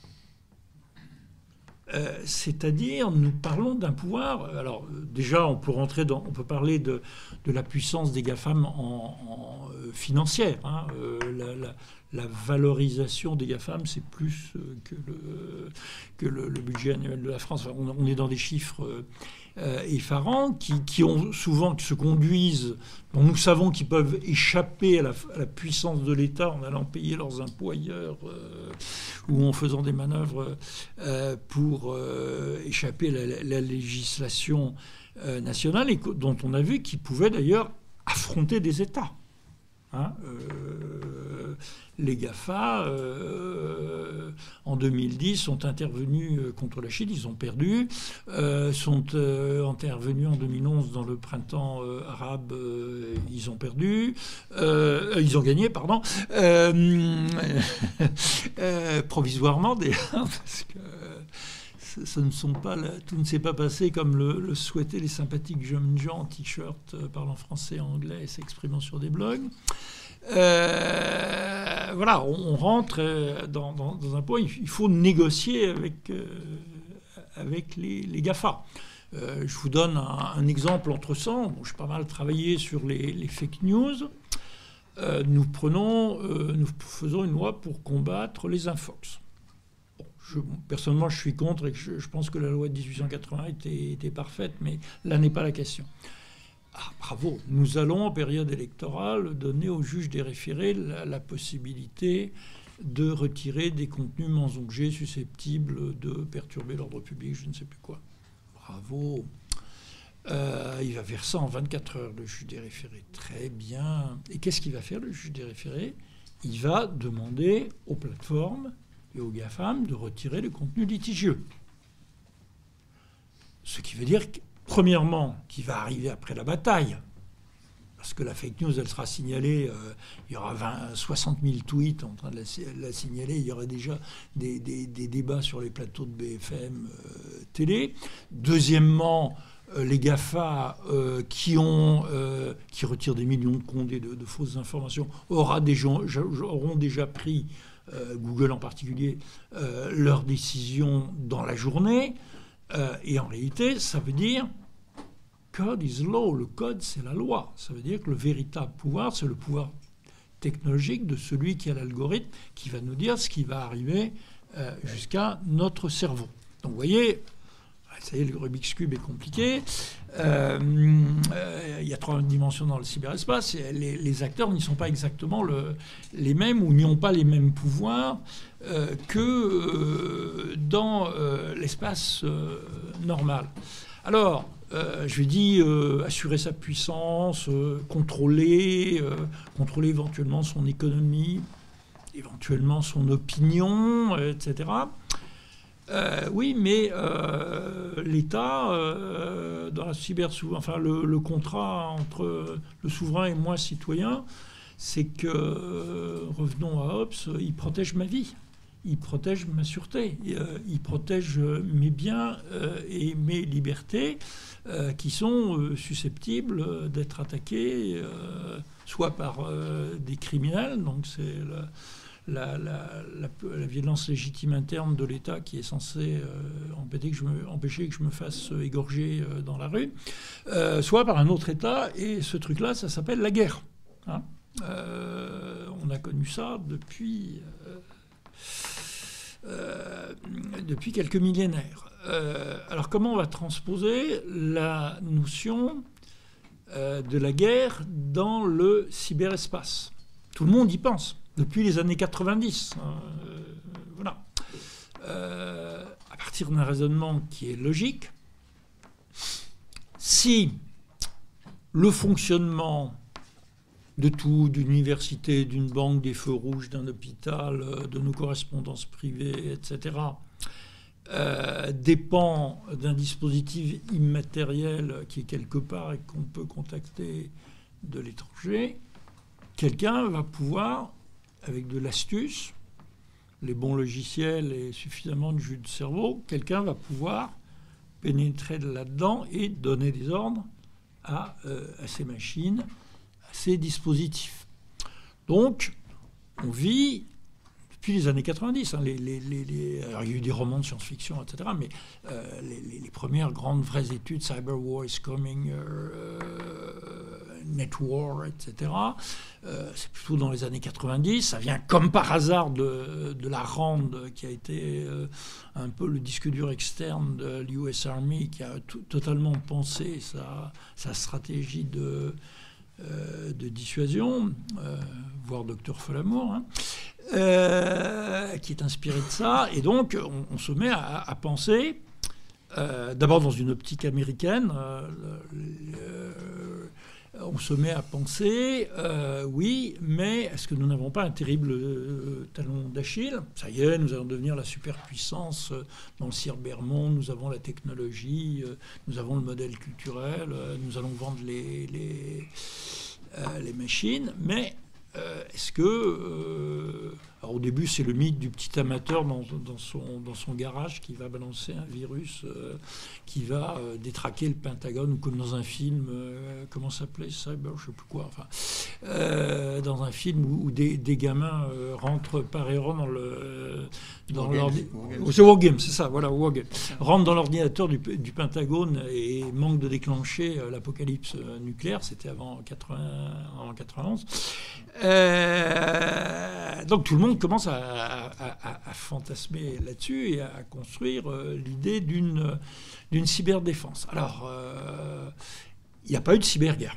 Euh, c'est-à-dire, nous parlons d'un pouvoir... Alors, déjà, on peut rentrer dans... On peut parler de, de la puissance des GAFAM en, en euh, financière. Hein. Euh, la, la, la valorisation des GAFAM, c'est plus euh, que, le, que le, le budget annuel de la France. Enfin, on, on est dans des chiffres euh, effarants qui, qui ont souvent, qui se conduisent... dont nous savons qu'ils peuvent échapper à la, à la puissance de l'État en allant payer leurs impôts ailleurs euh, ou en faisant des manœuvres euh, pour euh, échapper à la, la législation euh, nationale et dont on a vu qu'ils pouvaient d'ailleurs affronter des États. Hein, euh, les GAFA, euh, en deux mille dix, sont intervenus contre la Chine, ils ont perdu, euh, sont euh, intervenus en deux mille onze dans le printemps euh, arabe, euh, ils ont perdu, euh, ils ont gagné, pardon, euh, euh, provisoirement d'ailleurs, parce que ce ne sont pas, tout ne s'est pas passé comme le, le souhaitaient les sympathiques jeunes gens en t-shirt euh, parlant français et anglais et s'exprimant sur des blogs. Euh, voilà, on, on rentre dans, dans, dans un point, il faut négocier avec, euh, avec les, les GAFA. Euh, je vous donne un, un exemple entre cent. Bon, j'ai pas mal travaillé sur les, les fake news. Euh, nous, prenons, euh, nous faisons une loi pour combattre les infox. Je, personnellement, je suis contre et je, je pense que la loi de dix-huit cent quatre-vingt était, était parfaite, mais là n'est pas la question. Ah, bravo. Nous allons, en période électorale, donner aux juges des référés la, la possibilité de retirer des contenus mensongers susceptibles de perturber l'ordre public, je ne sais plus quoi. Bravo. Euh, il va faire ça en vingt-quatre heures, le juge des référés. Très bien. Et qu'est-ce qu'il va faire, le juge des référés ? Il va demander aux plateformes et aux GAFAM de retirer le contenu litigieux. Ce qui veut dire, que, premièrement, qu'il va arriver après la bataille, parce que la fake news, elle sera signalée, euh, il y aura vingt, soixante mille tweets en train de la, la signaler, il y aura déjà des, des, des débats sur les plateaux de B F M euh, télé. Deuxièmement, euh, les GAFA euh, qui, ont, euh, qui retirent des millions de comptes et de, de fausses informations aura des gens, auront déjà pris, euh, Google en particulier, euh, leurs décisions dans la journée. Euh, et en réalité, ça veut dire code is law. Le code, c'est la loi. Ça veut dire que le véritable pouvoir, c'est le pouvoir technologique de celui qui a l'algorithme qui va nous dire ce qui va arriver euh, jusqu'à notre cerveau. Donc vous voyez, ça y est, le Rubik's Cube est compliqué. Euh, euh, il y a trois dimensions dans le cyberespace. Et les, les acteurs n'y sont pas exactement le, les mêmes ou n'y ont pas les mêmes pouvoirs euh, que euh, dans euh, l'espace euh, normal. Alors, euh, je lui dis euh, assurer sa puissance, euh, contrôler, euh, contrôler éventuellement son économie, éventuellement son opinion, et cetera. Euh, oui, mais euh, l'État, euh, dans la cybersouveraineté, enfin le, le contrat entre le souverain et moi, citoyen, c'est que, euh, revenons à Hobbes, il protège ma vie, il protège ma sûreté, euh, il protège mes biens euh, et mes libertés euh, qui sont euh, susceptibles d'être attaqués euh, soit par euh, des criminels, donc c'est le, La, la, la, la violence légitime interne de l'État qui est censée euh, empêcher, que je me, empêcher que je me fasse égorger euh, dans la rue, euh, soit par un autre État. Et ce truc-là, ça s'appelle la guerre. Hein. Euh, on a connu ça depuis, euh, euh, depuis quelques millénaires. Euh, alors comment on va transposer la notion euh, de la guerre dans le cyberespace? Tout le monde y pense. Depuis les années quatre-vingt-dix. Euh, voilà. Euh, à partir d'un raisonnement qui est logique, si le fonctionnement de tout, d'une université, d'une banque, des feux rouges, d'un hôpital, de nos correspondances privées, et cetera, euh, dépend d'un dispositif immatériel qui est quelque part et qu'on peut contacter de l'étranger, quelqu'un va pouvoir, avec de l'astuce, les bons logiciels et suffisamment de jus de cerveau, quelqu'un va pouvoir pénétrer là-dedans et donner des ordres à, euh, à ces machines, à ces dispositifs. Donc, on vit depuis les années quatre-vingt-dix. Hein, les, les, les, les, alors, il y a eu des romans de science-fiction, et cetera, mais euh, les, les, les premières grandes vraies études, Cyber War is Coming, euh, Net War, et cetera, euh, c'est plutôt dans les années quatre-vingt-dix. Ça vient comme par hasard de, de la RAND, qui a été euh, un peu le disque dur externe de l'U S Army, qui a tout, totalement pensé sa, sa stratégie de, euh, de dissuasion, euh, voire Docteur Folamour, hein, euh, qui est inspiré de ça. Et donc, on, on se met à, à penser, euh, d'abord dans une optique américaine, euh, le, le, on se met à penser, euh, oui, mais est-ce que nous n'avons pas un terrible euh, talon d'Achille? Ça y est, nous allons devenir la superpuissance euh, dans le cybermonde, nous avons la technologie, euh, nous avons le modèle culturel, euh, nous allons vendre les, les, euh, les machines, mais euh, est-ce que... Euh, alors au début, c'est le mythe du petit amateur dans, dans, son, dans son garage qui va balancer un virus euh, qui va euh, détraquer le Pentagone, ou comme dans un film, euh, comment ça s'appelait, Cyber, je ne sais plus quoi, enfin, euh, dans un film où, où des, des gamins euh, rentrent par erreur dans le... Dans l'ordinateur. C'est Wargame, c'est ça, voilà, Wargame. Rentrent dans l'ordinateur du, du Pentagone et manquent de déclencher euh, l'apocalypse nucléaire, c'était avant, quatre-vingts, avant quatre-vingt-onze. Euh, donc tout le monde commence à, à, à, à fantasmer là-dessus et à construire euh, l'idée d'une, d'une cyberdéfense. Alors, euh, il n'y a pas eu de cyberguerre.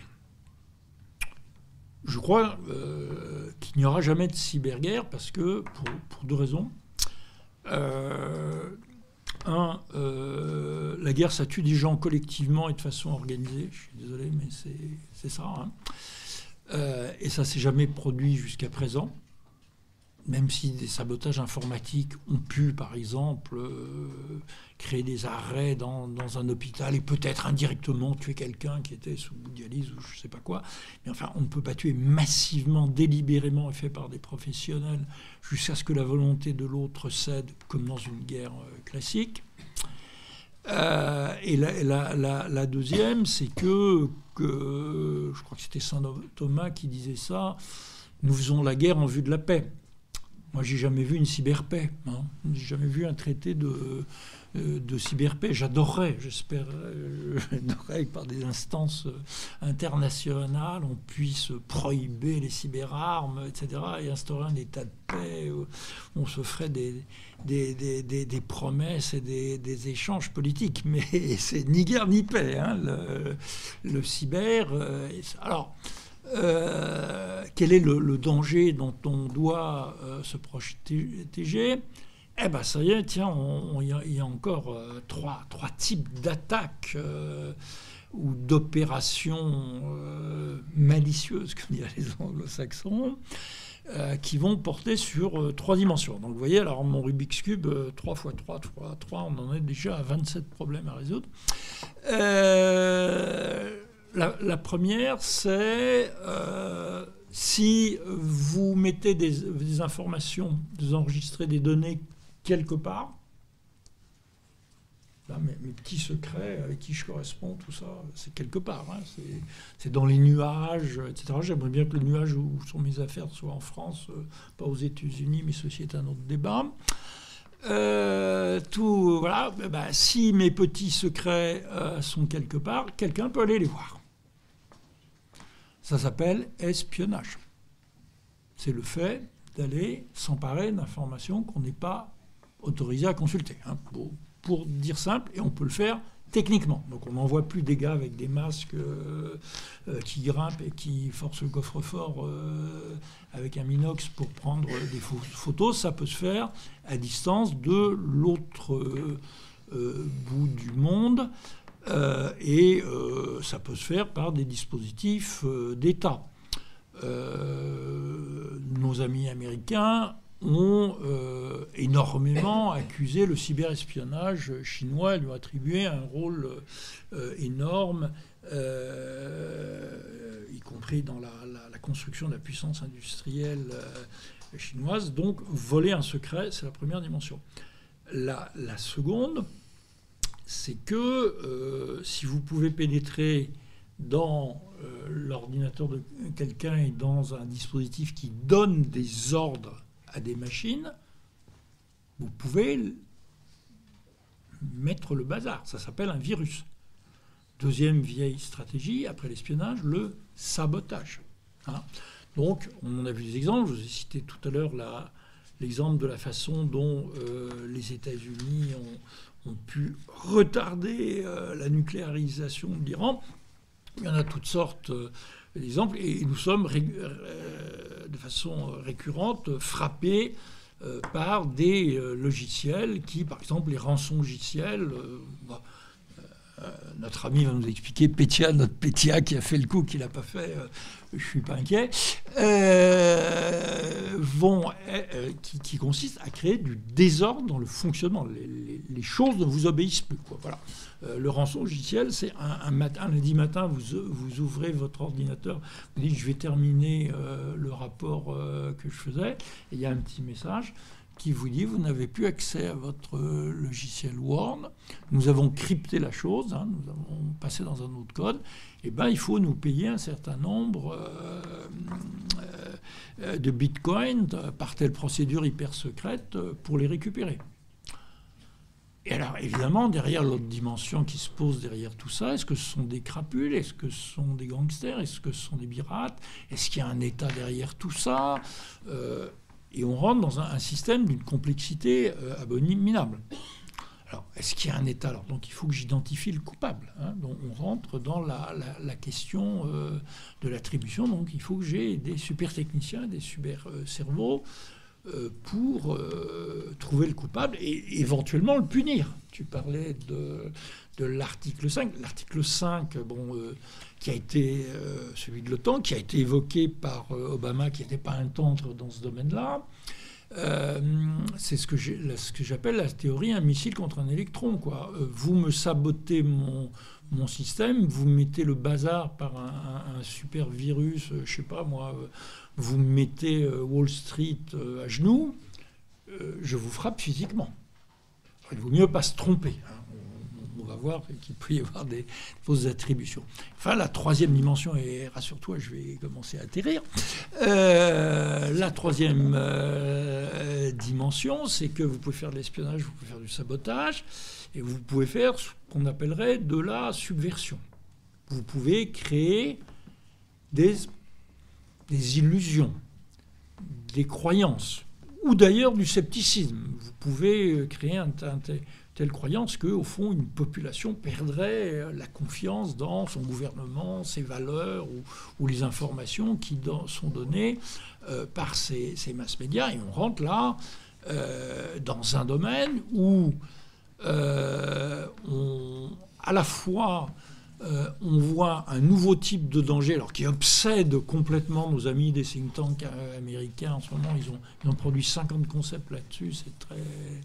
Je crois euh, qu'il n'y aura jamais de cyberguerre parce que, pour, pour deux raisons. Euh, un, euh, la guerre, ça tue des gens collectivement et de façon organisée. Je suis désolé, mais c'est, c'est ça. Hein. Euh, et ça ne s'est jamais produit jusqu'à présent. Même si des sabotages informatiques ont pu, par exemple, euh, créer des arrêts dans, dans un hôpital et peut-être indirectement tuer quelqu'un qui était sous dialyse ou je ne sais pas quoi. Mais enfin, on ne peut pas tuer massivement, délibérément et fait par des professionnels jusqu'à ce que la volonté de l'autre cède, comme dans une guerre euh, classique. Euh, et la, la, la, la deuxième, c'est que, que, je crois que c'était saint Thomas qui disait ça, nous faisons la guerre en vue de la paix. Moi, j'ai jamais vu une cyberpaix. Hein. J'ai jamais vu un traité de, de cyberpaix. J'adorerais, j'espère, j'adorerais que par des instances internationales, on puisse prohiber les cyberarmes, et cetera, et instaurer un état de paix où on se ferait des, des, des, des, des promesses et des, des échanges politiques. Mais c'est ni guerre ni paix, hein, le, le cyber. Alors... Euh, quel est le, le danger dont on doit euh, se protéger? Eh bien, ça y est, tiens, il y, y a encore euh, trois, trois types d'attaques euh, ou d'opérations euh, malicieuses, comme diraient les anglo-saxons, euh, qui vont porter sur euh, trois dimensions. Donc, vous voyez, alors mon Rubik's Cube, euh, trois fois trois, trois, trois, on en est déjà à vingt-sept problèmes à résoudre. Euh... La, la première, c'est euh, si vous mettez des, des informations, vous enregistrez des données quelque part, là, mes, mes petits secrets avec qui je corresponds, tout ça, c'est quelque part. Hein, c'est, c'est dans les nuages, et cetera. J'aimerais bien que le nuage où sont mes affaires soit en France, euh, pas aux États-Unis, mais ceci est un autre débat. Euh, tout, voilà, ben, si mes petits secrets euh, sont quelque part, quelqu'un peut aller les voir. Ça s'appelle espionnage. C'est le fait d'aller s'emparer d'informations qu'on n'est pas autorisé à consulter. Hein, pour, pour dire simple, et on peut le faire techniquement. Donc on n'envoie plus des gars avec des masques euh, euh, qui grimpent et qui forcent le coffre-fort euh, avec un minox pour prendre des photos. Ça peut se faire à distance de l'autre euh, euh, bout du monde. Euh, et euh, ça peut se faire par des dispositifs euh, d'État. Euh, nos amis américains ont euh, énormément accusé le cyberespionnage chinois et lui ont attribué un rôle euh, énorme, euh, y compris dans la, la, la construction de la puissance industrielle euh, chinoise. Donc, voler un secret, c'est la première dimension. La, la seconde, c'est que euh, si vous pouvez pénétrer dans euh, l'ordinateur de quelqu'un et dans un dispositif qui donne des ordres à des machines, vous pouvez mettre le bazar. Ça s'appelle un virus. Deuxième vieille stratégie, après l'espionnage, le sabotage. Hein. Donc, on en a vu des exemples. Je vous ai cité tout à l'heure la, l'exemple de la façon dont euh, les États-Unis ont ont pu retarder euh, la nucléarisation de l'Iran. Il y en a toutes sortes euh, d'exemples, et nous sommes ré- euh, de façon récurrente frappés euh, par des euh, logiciels qui, par exemple, les rançongiciels, euh, bah, euh, notre ami va nous expliquer, Petya, notre Petya qui a fait le coup, qui ne l'a pas fait, euh, je ne suis pas inquiet, euh, vont, euh, qui, qui consiste à créer du désordre dans le fonctionnement. Les, les, les choses ne vous obéissent plus. Quoi. Voilà. Euh, le rançongiciel, c'est un, un, matin, un lundi matin, vous, vous ouvrez votre ordinateur, vous dites, je vais terminer euh, le rapport euh, que je faisais, et il y a un petit message qui vous dit, vous n'avez plus accès à votre euh, logiciel Word, nous avons crypté la chose, hein, nous avons passé dans un autre code, et ben il faut nous payer un certain nombre euh, euh, de bitcoins par telle procédure hyper secrète euh, pour les récupérer. Et alors, évidemment, derrière l'autre dimension qui se pose derrière tout ça, est-ce que ce sont des crapules? Est-ce que ce sont des gangsters? Est-ce que ce sont des pirates? Est-ce qu'il y a un État derrière tout ça? euh, Et on rentre dans un, un système d'une complexité euh, abominable. Alors, est-ce qu'il y a un État? Alors, donc, il faut que j'identifie le coupable. Hein. Donc, on rentre dans la, la, la question euh, de l'attribution. Donc, il faut que j'ai des super techniciens, des super euh, cerveaux euh, pour euh, trouver le coupable et éventuellement le punir. Tu parlais de, de l'article cinq. L'article cinq, bon, euh, qui a été euh, celui de l'OTAN, qui a été évoqué par euh, Obama, qui n'était pas un tendre dans ce domaine-là. Euh, c'est ce que, j'ai, ce que j'appelle la théorie un missile contre un électron. Quoi. Euh, vous me sabotez mon, mon système, vous mettez le bazar par un, un, un super virus, euh, je sais pas moi, euh, vous mettez euh, Wall Street euh, à genoux, euh, je vous frappe physiquement. Il vaut mieux pas se tromper. Hein. on va voir qu'il peut y avoir des fausses attributions. Enfin, la troisième dimension, et rassure-toi, je vais commencer à atterrir. Euh, la troisième euh, dimension, c'est que vous pouvez faire de l'espionnage, vous pouvez faire du sabotage, et vous pouvez faire ce qu'on appellerait de la subversion. Vous pouvez créer des, des illusions, des croyances, ou d'ailleurs du scepticisme. Vous pouvez créer un, un, un telle croyance qu'au fond, une population perdrait la confiance dans son gouvernement, ses valeurs ou, ou les informations qui dans, sont données euh, par ces, ces mass médias. Et on rentre là euh, dans un domaine où euh, on, à la fois euh, on voit un nouveau type de danger, alors qui obsède complètement nos amis des think tanks américains. En ce moment, ils ont, ils ont produit cinquante concepts là-dessus. C'est très...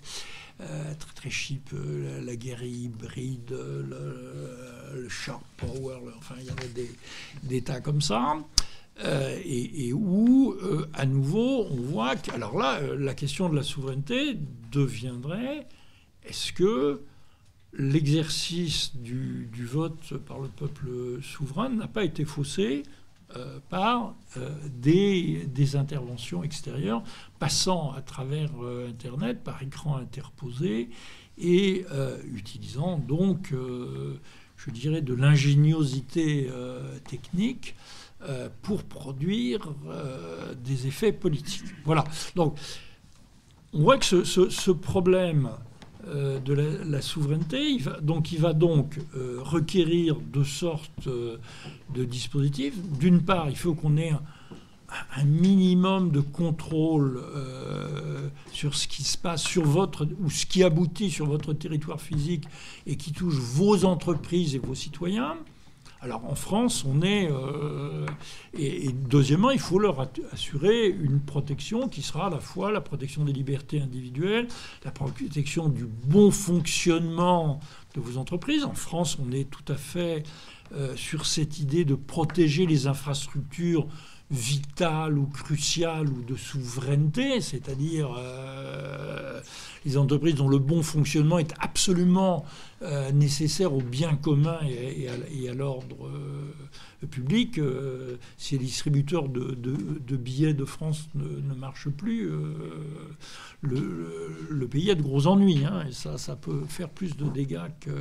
Euh, très très cheap, euh, la, la guerre hybride, le, le sharp power, le, enfin il y avait des, des tas comme ça, euh, et, et où euh, à nouveau on voit que, alors là euh, la question de la souveraineté deviendrait, est-ce que l'exercice du, du vote par le peuple souverain n'a pas été faussé Euh, par euh, des, des interventions extérieures passant à travers euh, Internet, par écran interposé, et euh, utilisant donc, euh, je dirais, de l'ingéniosité euh, technique euh, pour produire euh, des effets politiques. Voilà. Donc, on voit que ce, ce, ce problème euh, de la, la souveraineté, il va, donc, il va donc euh, requérir deux sortes euh, de dispositifs. D'une part, il faut qu'on ait un, un minimum de contrôle euh, sur ce qui se passe sur votre, ou ce qui aboutit sur votre territoire physique et qui touche vos entreprises et vos citoyens. Alors en France, on est... Euh, et, et deuxièmement, il faut leur assurer une protection qui sera à la fois la protection des libertés individuelles, la protection du bon fonctionnement de vos entreprises. En France, on est tout à fait euh, sur cette idée de protéger les infrastructures vitales ou cruciales ou de souveraineté, c'est-à-dire euh, les entreprises dont le bon fonctionnement est absolument euh, nécessaire au bien commun et, et à, et à l'ordre euh, public. Euh, si les distributeurs de, de, de billets de France ne, ne marchent plus, euh, le, le, le pays a de gros ennuis, hein, et ça, ça peut faire plus de dégâts que,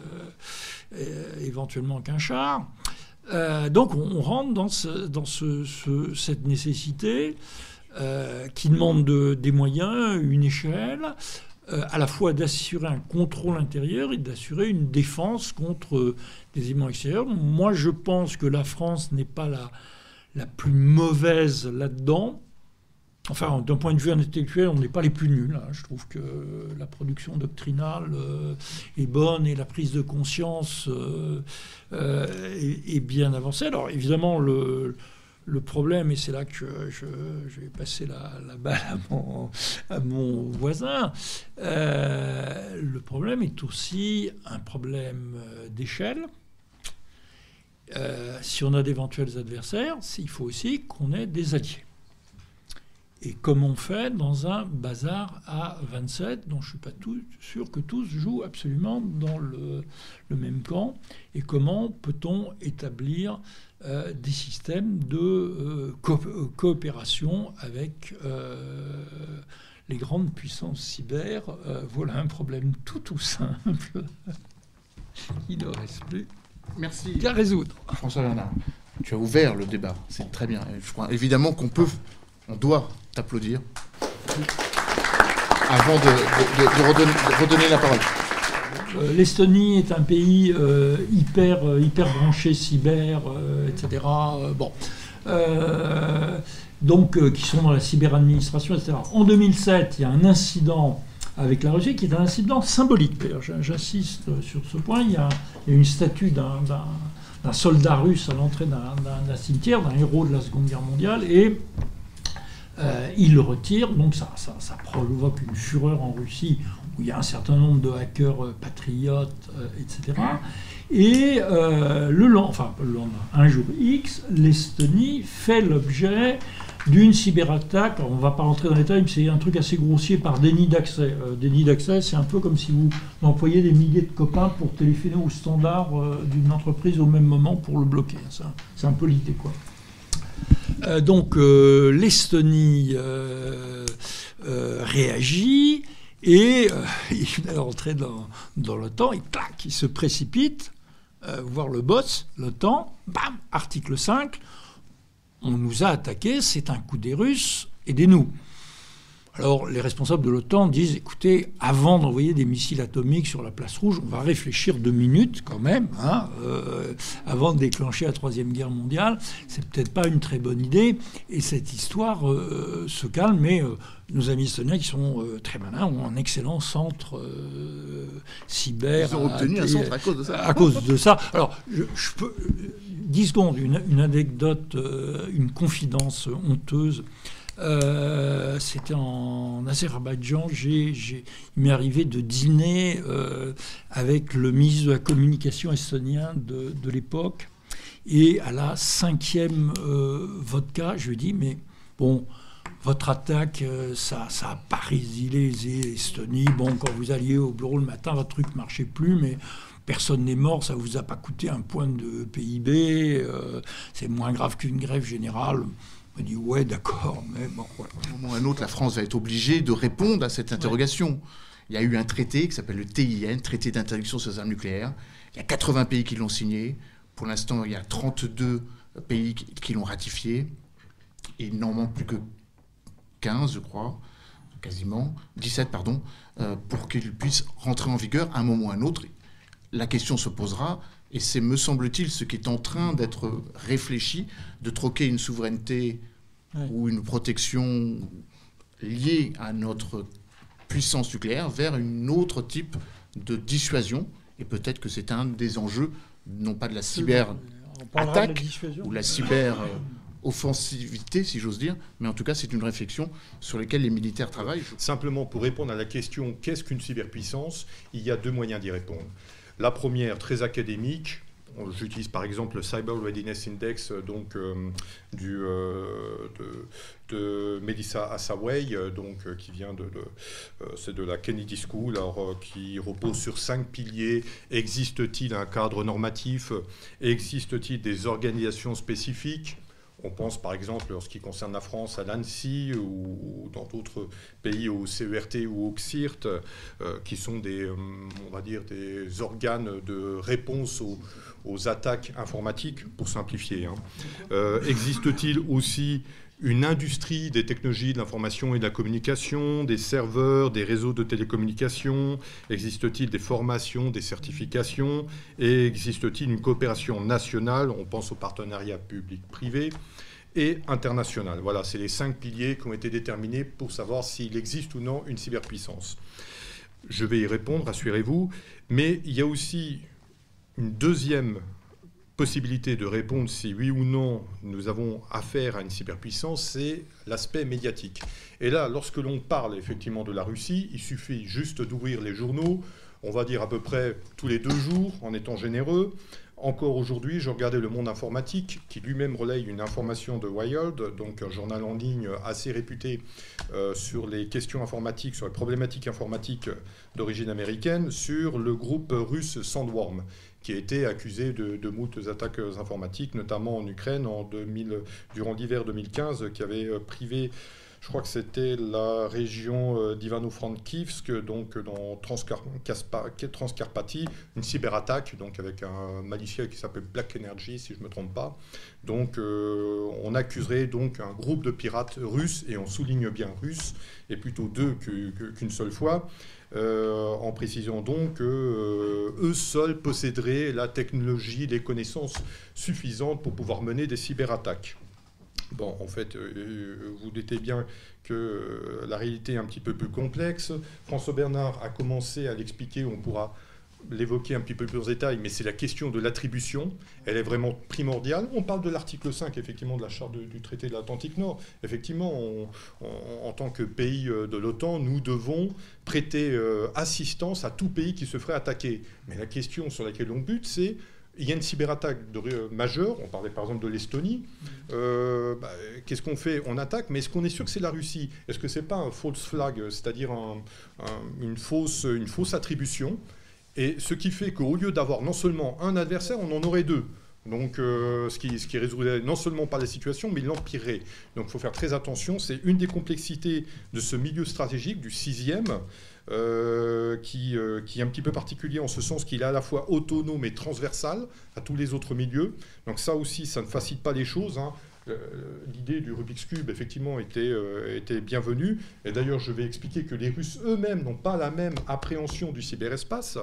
euh, éventuellement qu'un char. Euh, donc on, on rentre dans, ce, dans ce, ce, cette nécessité euh, qui demande de, des moyens, une échelle, euh, à la fois d'assurer un contrôle intérieur et d'assurer une défense contre des éléments extérieurs. Moi, je pense que la France n'est pas la, la plus mauvaise là-dedans. Enfin, d'un point de vue intellectuel, on n'est pas les plus nuls. Hein. Je trouve que la production doctrinale euh, est bonne et la prise de conscience euh, euh, est, est bien avancée. Alors, évidemment, le, le problème, et c'est là que je, je, je vais passer la, la balle à mon, à mon voisin, euh, le problème est aussi un problème d'échelle. Euh, si on a d'éventuels adversaires, il faut aussi qu'on ait des alliés. Et comme on fait dans un bazar à vingt-sept, dont je ne suis pas tout, sûr que tous jouent absolument dans le, le même camp, et comment peut-on établir euh, des systèmes de euh, co- coopération avec euh, les grandes puissances cyber. Euh, voilà un problème tout tout simple qui ne reste plus Merci. qu'à résoudre. François Bernard, tu as ouvert le débat, c'est très bien. Je crois évidemment qu'on peut... On doit t'applaudir avant de, de, de, de, redonner, de redonner la parole. Euh, L'Estonie est un pays euh, hyper, euh, hyper branché cyber, euh, et cetera. Euh, bon. Euh, donc, euh, qui sont dans la cyberadministration, et cetera. En deux mille sept, il y a un incident avec la Russie qui est un incident symbolique. D'ailleurs, j'insiste sur ce point. Il y a, il y a une statue d'un, d'un, d'un soldat russe à l'entrée d'un, d'un, d'un cimetière, d'un héros de la Seconde Guerre mondiale, et Euh, il le retire, donc ça, ça, ça provoque une fureur en Russie où il y a un certain nombre de hackers euh, patriotes, euh, et cetera. Et euh, le lendemain, enfin le lendemain, un jour X, l'Estonie fait l'objet d'une cyberattaque. On ne va pas rentrer dans les détails, mais c'est un truc assez grossier par déni d'accès. Euh, déni d'accès, c'est un peu comme si vous employiez des milliers de copains pour téléphoner au standard euh, d'une entreprise au même moment pour le bloquer. Ça, c'est un peu l'idée, quoi. Euh, donc, euh, l'Estonie euh, euh, réagit et euh, il est rentré dans, dans l'OTAN et clac, il se précipite euh, voir le boss, l'OTAN, bam, article cinq. On nous a attaqués, c'est un coup des Russes, aidez-nous. Alors, les responsables de l'OTAN disent, écoutez, avant d'envoyer des missiles atomiques sur la place rouge, on va réfléchir deux minutes quand même, hein, euh, avant de déclencher la Troisième Guerre mondiale. C'est peut-être pas une très bonne idée. Et cette histoire euh, se calme, mais euh, nos amis estoniens, qui sont euh, très malins, ont un excellent centre euh, cyber. Ils ont obtenu à, un centre à cause de ça. À cause de ça. Alors, je, je peux... dix secondes, une, une anecdote, euh, une confidence honteuse. Euh, c'était en Azerbaïdjan. J'ai, j'ai, il m'est arrivé de dîner euh, avec le ministre de la Communication estonien de, de l'époque. Et à la cinquième euh, vodka, je lui ai dit, mais bon, votre attaque, euh, ça n'a pas résilié l'Estonie. Bon, quand vous alliez au bureau le matin, votre truc ne marchait plus, mais... personne n'est mort, ça ne vous a pas coûté un point de P I B, euh, c'est moins grave qu'une grève générale. On m'a dit, ouais, d'accord, mais bon, voilà. À un moment ou à un autre, la France va être obligée de répondre à cette interrogation. Ouais. Il y a eu un traité qui s'appelle le T I N, Traité d'interdiction sur les armes nucléaires. Il y a quatre-vingts pays qui l'ont signé. Pour l'instant, il y a trente-deux pays qui, qui l'ont ratifié. Et il n'en manque plus que quinze, je crois, quasiment, dix-sept, pardon, euh, pour qu'il puisse rentrer en vigueur à un moment ou à un autre. La question se posera, et c'est, me semble-t-il, ce qui est en train d'être réfléchi, de troquer une souveraineté ouais. ou une protection liée à notre puissance nucléaire vers un autre type de dissuasion. Et peut-être que c'est un des enjeux, non pas de la cyber-attaque ou la cyber-offensivité, si j'ose dire, mais en tout cas, c'est une réflexion sur laquelle les militaires travaillent. Simplement, pour répondre à la question « qu'est-ce qu'une cyberpuissance ?», il y a deux moyens d'y répondre. La première, très académique, j'utilise par exemple le Cyber Readiness Index donc, euh, du, euh, de, de Melissa Hathaway, donc, euh, qui vient de, de, euh, c'est de la Kennedy School, alors, euh, qui repose sur cinq piliers. Existe-t-il un cadre normatif ? Existe-t-il des organisations spécifiques ? On pense par exemple, en ce qui concerne la France, à l'ANSSI ou dans d'autres pays au C E R T ou au C I R T, euh, qui sont des, euh, on va dire, des organes de réponse aux, aux attaques informatiques, pour simplifier. Hein. Euh, existe-t-il aussi une industrie des technologies de l'information et de la communication, des serveurs, des réseaux de télécommunications? Existe-t-il des formations, des certifications? Et existe-t-il une coopération nationale? On pense au partenariat public-privé et international. Voilà, c'est les cinq piliers qui ont été déterminés pour savoir s'il existe ou non une cyberpuissance. Je vais y répondre, rassurez-vous. Mais il y a aussi une deuxième possibilité de répondre si oui ou non nous avons affaire à une cyberpuissance, c'est l'aspect médiatique. Et là, lorsque l'on parle effectivement de la Russie, il suffit juste d'ouvrir les journaux, on va dire à peu près tous les deux jours, en étant généreux. Encore aujourd'hui, je regardais Le Monde Informatique, qui lui-même relaye une information de Wired, donc un journal en ligne assez réputé euh, sur les questions informatiques, sur les problématiques informatiques d'origine américaine, sur le groupe russe Sandworm, qui a été accusé de, de moult attaques informatiques, notamment en Ukraine en deux mille, durant l'hiver deux mille quinze, qui avait privé, je crois que c'était la région d'Ivano-Frankivsk, donc dans Transcarpathie, une cyberattaque, donc avec un malicieux qui s'appelle Black Energy, si je ne me trompe pas. Donc euh, on accuserait donc un groupe de pirates russes, et on souligne bien russes, et plutôt deux que, que, qu'une seule fois, Euh, en précisant donc qu'eux euh, seuls posséderaient la technologie, les connaissances suffisantes pour pouvoir mener des cyberattaques. Bon, en fait, euh, vous doutez bien que euh, la réalité est un petit peu plus complexe. François Bernard a commencé à l'expliquer, on pourra l'évoquer un petit peu plus en détail, mais c'est la question de l'attribution. Elle est vraiment primordiale. On parle de l'article cinq, effectivement, de la charte de, du traité de l'Atlantique Nord. Effectivement, on, on, en tant que pays de l'OTAN, nous devons prêter euh, assistance à tout pays qui se ferait attaquer. Mais la question sur laquelle on bute, c'est il y a une cyberattaque de, euh, majeure, on parlait par exemple de l'Estonie, euh, bah, qu'est-ce qu'on fait? On attaque, mais est-ce qu'on est sûr que c'est la Russie? Est-ce que ce n'est pas un false flag, c'est-à-dire un, un, une, fausse, une fausse attribution? Et ce qui fait qu'au lieu d'avoir non seulement un adversaire, on en aurait deux. Donc, euh, ce qui, ce qui résoudrait non seulement pas la situation, mais l'empirerait. Donc, il faut faire très attention. C'est une des complexités de ce milieu stratégique, du sixième, euh, qui, euh, qui est un petit peu particulier en ce sens qu'il est à la fois autonome et transversal à tous les autres milieux. Donc, ça aussi, ça ne facilite pas les choses, hein. L'idée du Rubik's Cube, effectivement, était, euh, était bienvenue. Et d'ailleurs, je vais expliquer que les Russes eux-mêmes n'ont pas la même appréhension du cyberespace.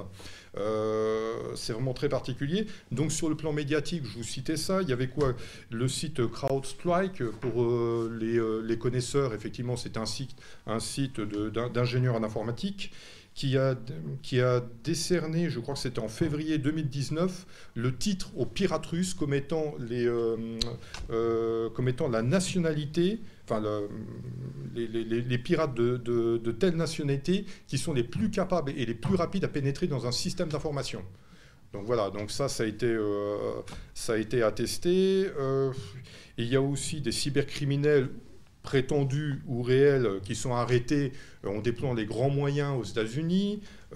Euh, c'est vraiment très particulier. Donc, sur le plan médiatique, je vous citais ça. Il y avait quoi? Le site CrowdStrike, pour euh, les, euh, les connaisseurs, effectivement, c'est un site, un site d'ingénieurs en informatique. Qui a, qui a décerné, je crois que c'était en février deux mille dix-neuf, le titre aux pirates russes comme étant, les, euh, euh, comme étant la nationalité, enfin le, les, les, les pirates de, de, de telle nationalité qui sont les plus capables et les plus rapides à pénétrer dans un système d'information. Donc voilà, donc ça, ça a été, euh, ça a été attesté. Euh, il y a aussi des cybercriminels prétendus ou réels qui sont arrêtés en déployant les grands moyens aux États-Unis.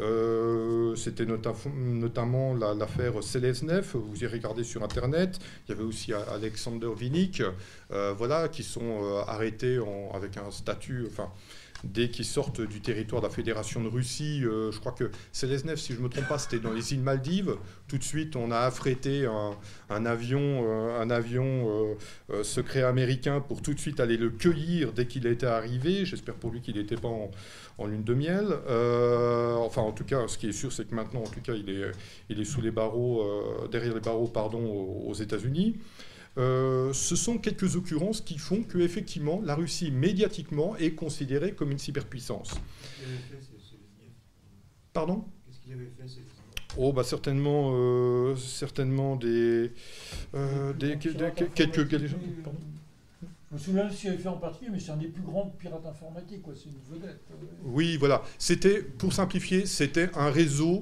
Euh, C'était nota notamment l'affaire la, Seleznev, vous y regardez sur Internet. Il y avait aussi Alexander Vinnik, euh, voilà, qui sont euh, arrêtés en, avec un statut... Enfin, dès qu'ils sortent du territoire de la Fédération de Russie, euh, je crois que Seleznev, si je ne me trompe pas, c'était dans les îles Maldives. Tout de suite, on a affrété un, un avion, euh, un avion euh, euh, secret américain pour tout de suite aller le cueillir dès qu'il était arrivé. J'espère pour lui qu'il n'était pas en, en lune de miel. Euh, enfin, en tout cas, ce qui est sûr, c'est que maintenant, en tout cas, il est, il est sous les barreaux, euh, derrière les barreaux, pardon, aux, aux États-Unis. Euh, ce sont quelques occurrences qui font que effectivement la Russie médiatiquement est considérée comme une cyberpuissance. Qu'est-ce qu'il avait fait, Seleznev ? Pardon ? Qu'est-ce qu'il avait fait, Seleznev ? Oh bah certainement, euh, certainement des, euh, des, des, des quelques, quelques pardon. Je me souviens de ce qu'il avait fait en particulier, mais c'est un des plus grands pirates informatiques, quoi. C'est une vedette. Oui, voilà. C'était, pour simplifier, c'était un réseau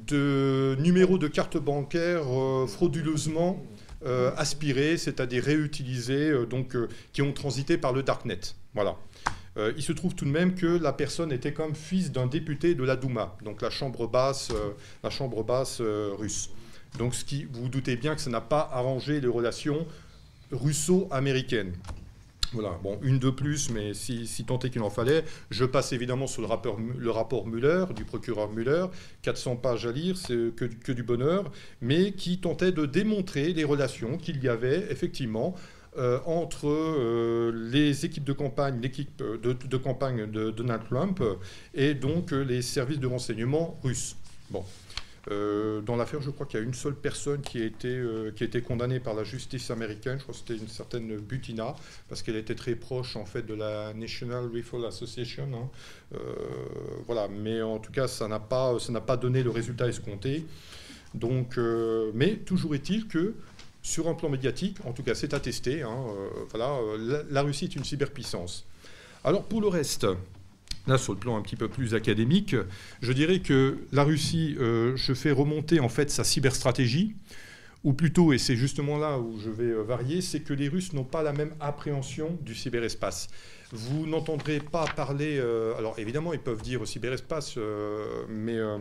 de numéros de cartes bancaires euh, frauduleusement Euh, aspirés, c'est-à-dire réutilisés, euh, donc, euh, qui ont transité par le Darknet. Voilà. Euh, il se trouve tout de même que la personne était comme fils d'un député de la Douma, donc la chambre basse, euh, la chambre basse euh, russe. Donc ce qui, vous vous doutez bien que ça n'a pas arrangé les relations russo-américaines. Voilà, bon, une de plus, mais si, si tant est qu'il en fallait. Je passe évidemment sur le rapport, le rapport Mueller, du procureur Mueller, quatre cents pages à lire, c'est que, que du bonheur, mais qui tentait de démontrer les relations qu'il y avait effectivement euh, entre euh, les équipes de campagne, l'équipe de, de campagne de Donald Trump et donc euh, les services de renseignement russes. Bon. Euh, dans l'affaire, je crois qu'il y a une seule personne qui a été, euh, qui a été condamnée par la justice américaine. Je crois que c'était une certaine Butina, parce qu'elle était très proche en fait de la National Rifle Association. Hein. Euh, voilà, mais en tout cas, ça n'a pas, ça n'a pas donné le résultat escompté. Donc, euh, mais toujours est-il que sur un plan médiatique, en tout cas, c'est attesté. Hein, euh, voilà, la, la Russie est une cyberpuissance. Alors pour le reste. Là, sur le plan un petit peu plus académique, je dirais que la Russie, euh, je fais remonter en fait sa cyberstratégie, ou plutôt, et c'est justement là où je vais varier, c'est que les Russes n'ont pas la même appréhension du cyberespace. Vous n'entendrez pas parler... Euh, alors évidemment, ils peuvent dire cyberespace, euh, mais, euh,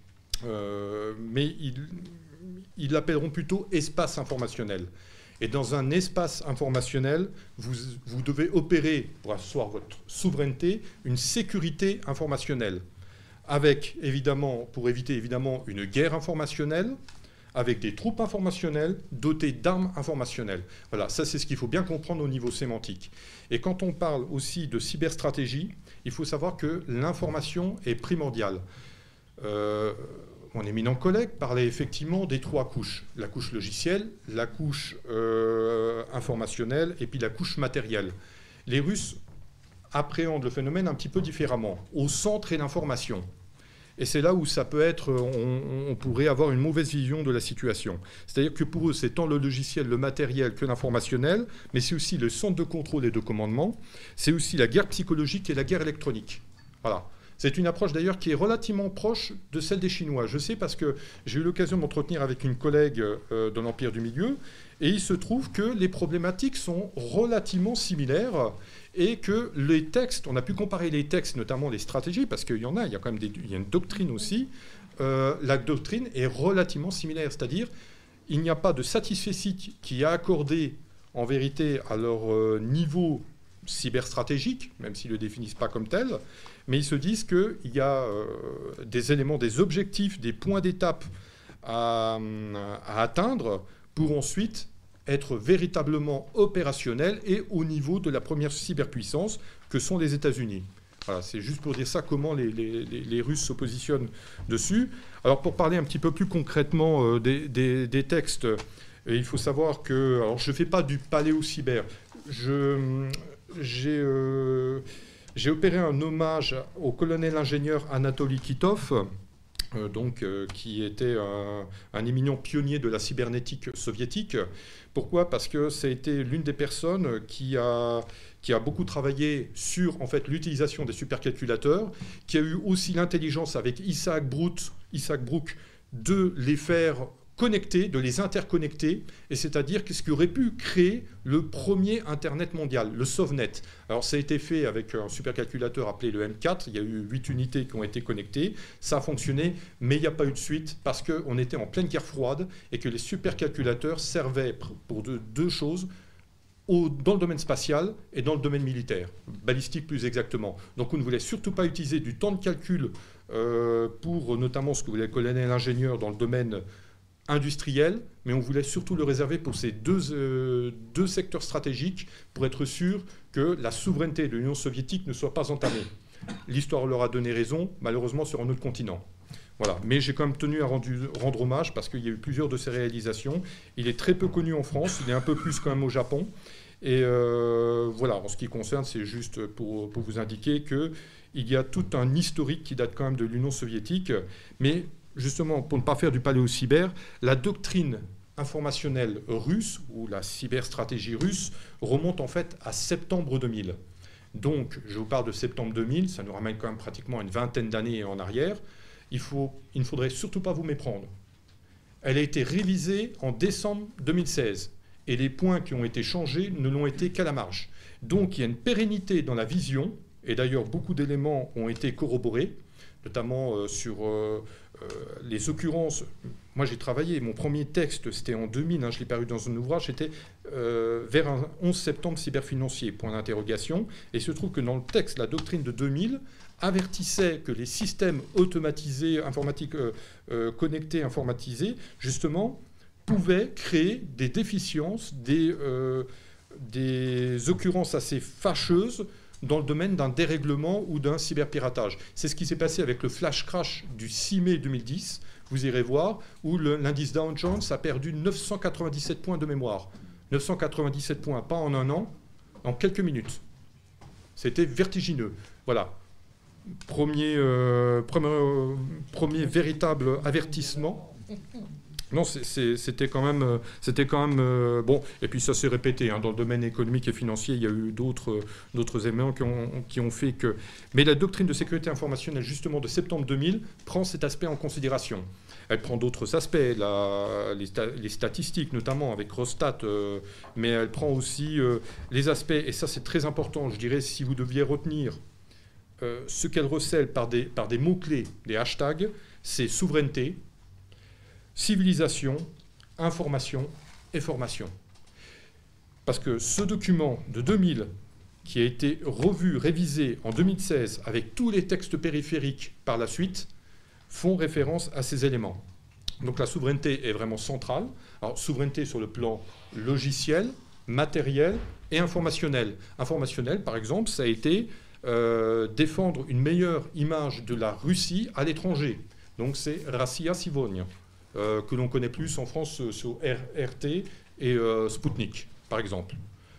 euh, mais ils, ils l'appelleront plutôt espace informationnel. Et dans un espace informationnel, vous, vous devez opérer, pour asseoir votre souveraineté, une sécurité informationnelle. Avec, évidemment, pour éviter évidemment une guerre informationnelle, avec des troupes informationnelles dotées d'armes informationnelles. Voilà, ça c'est ce qu'il faut bien comprendre au niveau sémantique. Et quand on parle aussi de cyberstratégie, il faut savoir que l'information est primordiale. Euh, Mon éminent collègue parlait effectivement des trois couches. La couche logicielle, la couche euh, informationnelle et puis la couche matérielle. Les Russes appréhendent le phénomène un petit peu différemment. Au centre est l'information. Et c'est là où ça peut être, on, on pourrait avoir une mauvaise vision de la situation. C'est-à-dire que pour eux, c'est tant le logiciel, le matériel que l'informationnel, mais c'est aussi le centre de contrôle et de commandement. C'est aussi la guerre psychologique et la guerre électronique. Voilà. C'est une approche d'ailleurs qui est relativement proche de celle des Chinois. Je sais parce que j'ai eu l'occasion de m'entretenir avec une collègue euh, de l'Empire du Milieu, et il se trouve que les problématiques sont relativement similaires et que les textes, on a pu comparer les textes, notamment les stratégies, parce qu'il y en a, il y a quand même des, il y a une doctrine aussi. Euh, la doctrine est relativement similaire, c'est-à-dire il n'y a pas de satisfecit qui a accordé en vérité à leur euh, niveau cyberstratégique, même s'ils ne le définissent pas comme tel, mais ils se disent qu'il y a euh, des éléments, des objectifs, des points d'étape à, à atteindre pour ensuite être véritablement opérationnel et au niveau de la première cyberpuissance que sont les États-Unis. Voilà, c'est juste pour dire ça, comment les, les, les, les Russes se positionnent dessus. Alors, pour parler un petit peu plus concrètement euh, des, des, des textes, euh, il faut savoir que... Alors, je ne fais pas du paléo-cyber. Je, j'ai, euh, j'ai opéré un hommage au colonel-ingénieur Anatoly Kitov, euh, donc, euh, qui était un, un éminent pionnier de la cybernétique soviétique. Pourquoi ? Parce que ça a été l'une des personnes qui a... qui a beaucoup travaillé sur en fait, l'utilisation des supercalculateurs, qui a eu aussi l'intelligence avec Isaac Brook, Isaac Brook de les faire connecter, de les interconnecter, et c'est-à-dire ce qui aurait pu créer le premier Internet mondial, le SovNet. Alors ça a été fait avec un supercalculateur appelé le M quatre, il y a eu huit unités qui ont été connectées, ça a fonctionné, mais il n'y a pas eu de suite parce qu'on était en pleine guerre froide et que les supercalculateurs servaient pour deux, deux choses, dans le domaine spatial et dans le domaine militaire, balistique plus exactement. Donc on ne voulait surtout pas utiliser du temps de calcul euh, pour notamment ce que voulait le colonel-ingénieur dans le domaine industriel, mais on voulait surtout le réserver pour ces deux, euh, deux secteurs stratégiques pour être sûr que la souveraineté de l'Union soviétique ne soit pas entamée. L'histoire leur a donné raison, malheureusement sur un autre continent. Voilà. Mais j'ai quand même tenu à rendu, rendre hommage parce qu'il y a eu plusieurs de ses réalisations. Il est très peu connu en France, il est un peu plus quand même au Japon. Et euh, voilà, en ce qui concerne, c'est juste pour, pour vous indiquer qu'il y a tout un historique qui date quand même de l'Union soviétique. Mais justement, pour ne pas faire du paléo-cyber, la doctrine informationnelle russe, ou la cyberstratégie russe, remonte en fait à septembre deux mille. Donc, je vous parle de septembre deux mille, ça nous ramène quand même pratiquement une vingtaine d'années en arrière. Il, faut, il ne faudrait surtout pas vous méprendre. Elle a été révisée en décembre deux mille seize. Et les points qui ont été changés ne l'ont été qu'à la marge. Donc il y a une pérennité dans la vision, et d'ailleurs beaucoup d'éléments ont été corroborés, notamment euh, sur euh, euh, les occurrences. Moi j'ai travaillé, mon premier texte c'était en deux mille, hein, je l'ai paru dans un ouvrage, c'était euh, vers un onze septembre cyberfinancier, point d'interrogation. Et il se trouve que dans le texte, la doctrine de deux mille avertissait que les systèmes automatisés, informatiques, euh, euh, connectés, informatisés, justement, pouvaient créer des déficiences, des, euh, des occurrences assez fâcheuses dans le domaine d'un dérèglement ou d'un cyberpiratage. C'est ce qui s'est passé avec le flash crash du six mai deux mille dix, vous irez voir, où le, l'indice Dow Jones a perdu neuf cent quatre-vingt-dix-sept points de mémoire. neuf cent quatre-vingt-dix-sept points, pas en un an, en quelques minutes. C'était vertigineux. Voilà. Premier, euh, premier, euh, premier véritable avertissement. Non, c'est, c'est, c'était quand même, c'était quand même euh, bon. Et puis ça s'est répété hein, dans le domaine économique et financier. Il y a eu d'autres, d'autres éléments qui ont, qui ont fait que. Mais la doctrine de sécurité informationnelle, justement de septembre deux mille, prend cet aspect en considération. Elle prend d'autres aspects, la, les, sta- les statistiques notamment avec Rostat, euh, mais elle prend aussi euh, les aspects. Et ça, c'est très important. Je dirais, si vous deviez retenir euh, ce qu'elle recèle par des, par des mots-clés, des hashtags, c'est souveraineté, civilisation, information et formation. Parce que ce document de deux mille, qui a été revu, révisé en deux mille seize, avec tous les textes périphériques par la suite, font référence à ces éléments. Donc la souveraineté est vraiment centrale. Alors, souveraineté sur le plan logiciel, matériel et informationnel. Informationnel, par exemple, ça a été euh, défendre une meilleure image de la Russie à l'étranger. Donc c'est Rassia Sivonia. Euh, que l'on connaît plus en France euh, sur R T et euh, Sputnik, par exemple.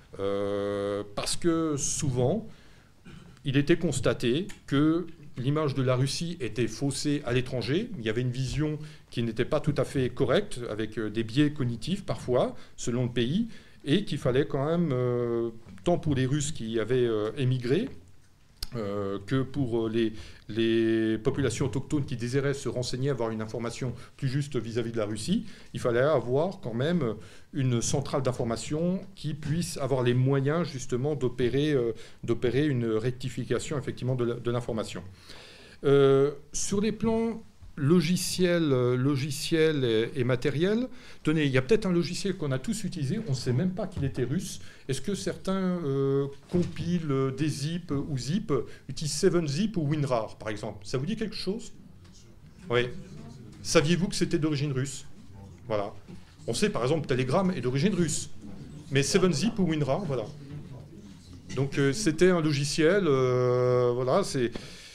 Euh, parce que souvent, il était constaté que l'image de la Russie était faussée à l'étranger. Il y avait une vision qui n'était pas tout à fait correcte, avec euh, des biais cognitifs parfois, selon le pays, et qu'il fallait quand même, euh, tant pour les Russes qui avaient euh, émigré, euh, que pour les, les populations autochtones qui désiraient se renseigner, avoir une information plus juste vis-à-vis de la Russie, il fallait avoir quand même une centrale d'information qui puisse avoir les moyens justement d'opérer, euh, d'opérer une rectification effectivement de, la, de l'information. Euh, sur les plans logiciels, logiciels et, et matériels, tenez, il y a peut-être un logiciel qu'on a tous utilisé, on ne sait même pas qu'il était russe. Est-ce que certains euh, compilent des zip ou zip, utilisent seven zip ou WinRAR par exemple? Ça vous dit quelque chose? Oui. Saviez-vous que c'était d'origine russe? Voilà. On sait par exemple Telegram est d'origine russe, mais seven zip ou WinRAR, voilà. Donc euh, c'était un logiciel, euh, voilà, c'est...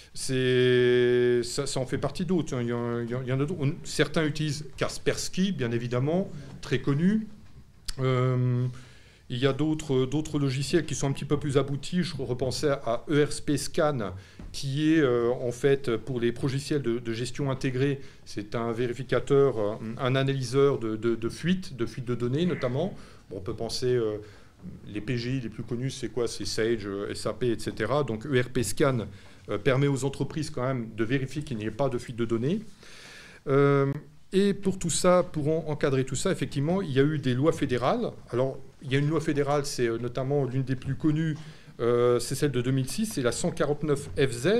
C'est, ça, ça en fait partie d'autres. Il y en, il y en a d'autres. Certains utilisent Kaspersky, bien évidemment, très connu. Euh, il y a d'autres, d'autres logiciels qui sont un petit peu plus aboutis. Je repensais à E R P Scan, qui est euh, en fait pour les logiciels de, de gestion intégrée. C'est un vérificateur, un, un analyseur de, de, de fuite, de fuite de données notamment. Bon, on peut penser... Euh, les P G I les plus connus, c'est quoi? C'est Sage, S A P, et cetera. Donc E R P Scan euh, permet aux entreprises quand même de vérifier qu'il n'y ait pas de fuite de données. Euh, et pour tout ça, pour en encadrer tout ça, effectivement, il y a eu des lois fédérales. Alors, il y a une loi fédérale, c'est notamment l'une des plus connues, euh, c'est celle de deux mille six, c'est la cent quarante-neuf F Z,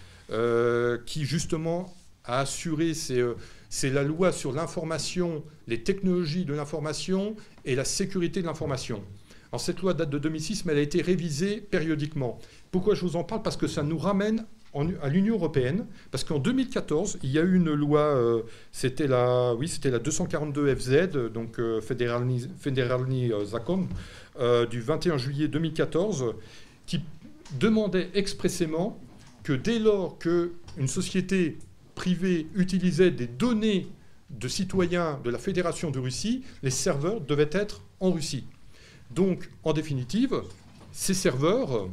euh, qui justement a assuré, c'est, euh, c'est la loi sur l'information, les technologies de l'information et la sécurité de l'information. Alors cette loi date de deux mille six, mais elle a été révisée périodiquement. Pourquoi je vous en parle? Parce que ça nous ramène en, à l'Union européenne, parce qu'en deux mille quatorze, il y a eu une loi, euh, c'était la, oui, c'était la deux cent quarante-deux F Z, donc euh, Federalny, Federalny Zakon, euh, du vingt et un juillet deux mille quatorze, qui demandait expressément que dès lors qu'une société privée utilisait des données de citoyens de la Fédération de Russie, les serveurs devaient être en Russie. Donc, en définitive, ces serveurs,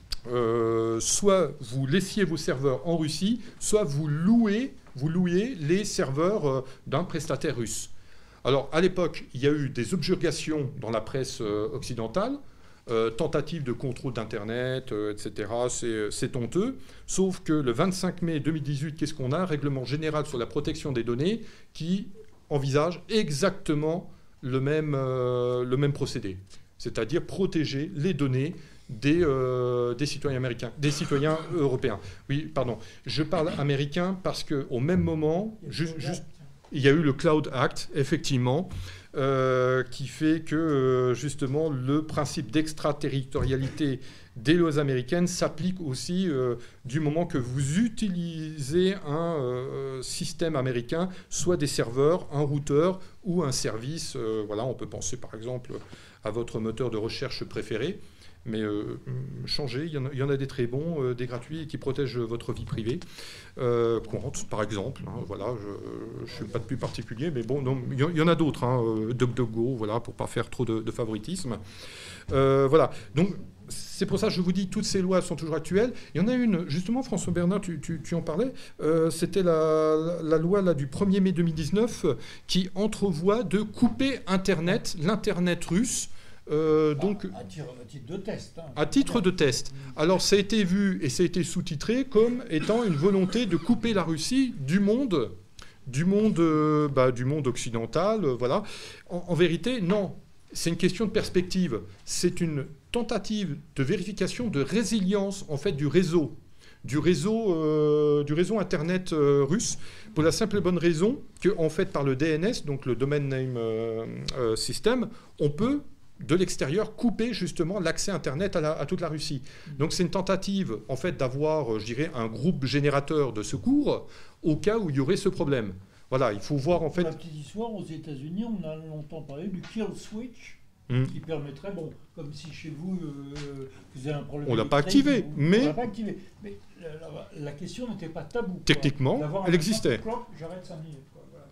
euh, soit vous laissiez vos serveurs en Russie, soit vous louez, vous louez les serveurs euh, d'un prestataire russe. Alors, à l'époque, il y a eu des objurgations dans la presse euh, occidentale, euh, tentatives de contrôle d'Internet, euh, et cetera. C'est, c'est honteux. Sauf que le vingt-cinq mai deux mille dix-huit, qu'est-ce qu'on a? Un règlement général sur la protection des données qui envisage exactement le même, euh, le même procédé. C'est-à-dire protéger les données des, euh, des citoyens américains, des citoyens européens. Oui, pardon. Je parle américain parce qu'au même moment, juste, juste, il y a eu le Cloud Act, effectivement, euh, qui fait que, euh, justement, le principe d'extraterritorialité des lois américaines s'applique aussi euh, du moment que vous utilisez un euh, système américain, soit des serveurs, un routeur ou un service. Euh, voilà, on peut penser, par exemple, à votre moteur de recherche préféré. Mais euh, changez, il y, en a, il y en a des très bons, euh, des gratuits qui protègent votre vie privée. Euh, Quant, par exemple, hein, voilà, je ne suis pas de plus particulier, mais bon, non, il y en a d'autres, hein, euh, DuckDuckGo, voilà, pour ne pas faire trop de, de favoritisme. Euh, voilà, donc c'est pour ça que je vous dis, toutes ces lois sont toujours actuelles. Il y en a une, justement, François Bernard, tu, tu, tu en parlais, euh, c'était la, la, la loi là, du premier mai deux mille dix-neuf qui entrevoit de couper Internet, l'Internet russe. Euh, donc, à, titre, à titre de test. Hein. À titre de test. Alors, ça a été vu et ça a été sous-titré comme étant une volonté de couper la Russie du monde, du monde, euh, bah, du monde occidental. Euh, voilà. En, en vérité, non. C'est une question de perspective. C'est une tentative de vérification de résilience en fait du réseau, du réseau, euh, du réseau Internet euh, russe, pour la simple et bonne raison que, en fait, par le D N S, donc le Domain Name euh, euh, System, on peut de l'extérieur couper justement l'accès Internet à, la, à toute la Russie. Donc c'est une tentative en fait d'avoir, je dirais, un groupe générateur de secours au cas où il y aurait ce problème. Voilà, il faut voir en fait... Pour la petite histoire, aux États-Unis, on a longtemps parlé du kill switch, mmh. qui permettrait, bon, comme si chez vous, euh, vous avez un problème... On ne l'a pas activé, vous, mais... On l'a pas activé, mais la, la, la question n'était pas taboue. Techniquement, elle existait. Clock, j'arrête cinq minutes. Quoi, voilà.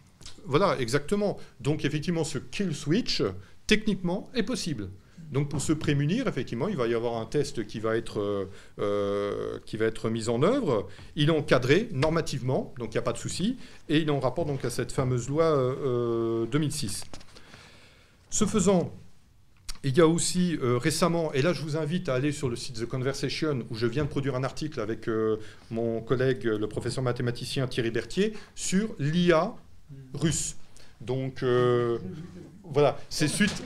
Voilà, exactement. Donc effectivement, ce kill switch, techniquement, est possible. Donc pour se prémunir, effectivement, il va y avoir un test qui va être, euh, qui va être mis en œuvre. Il est encadré normativement, donc il n'y a pas de souci, et il est en rapport donc, à cette fameuse loi euh, deux mille six. Ce faisant, il y a aussi euh, récemment, et là je vous invite à aller sur le site The Conversation, où je viens de produire un article avec euh, mon collègue, le professeur mathématicien Thierry Berthier, sur l'I A russe. Donc euh, voilà, c'est suite...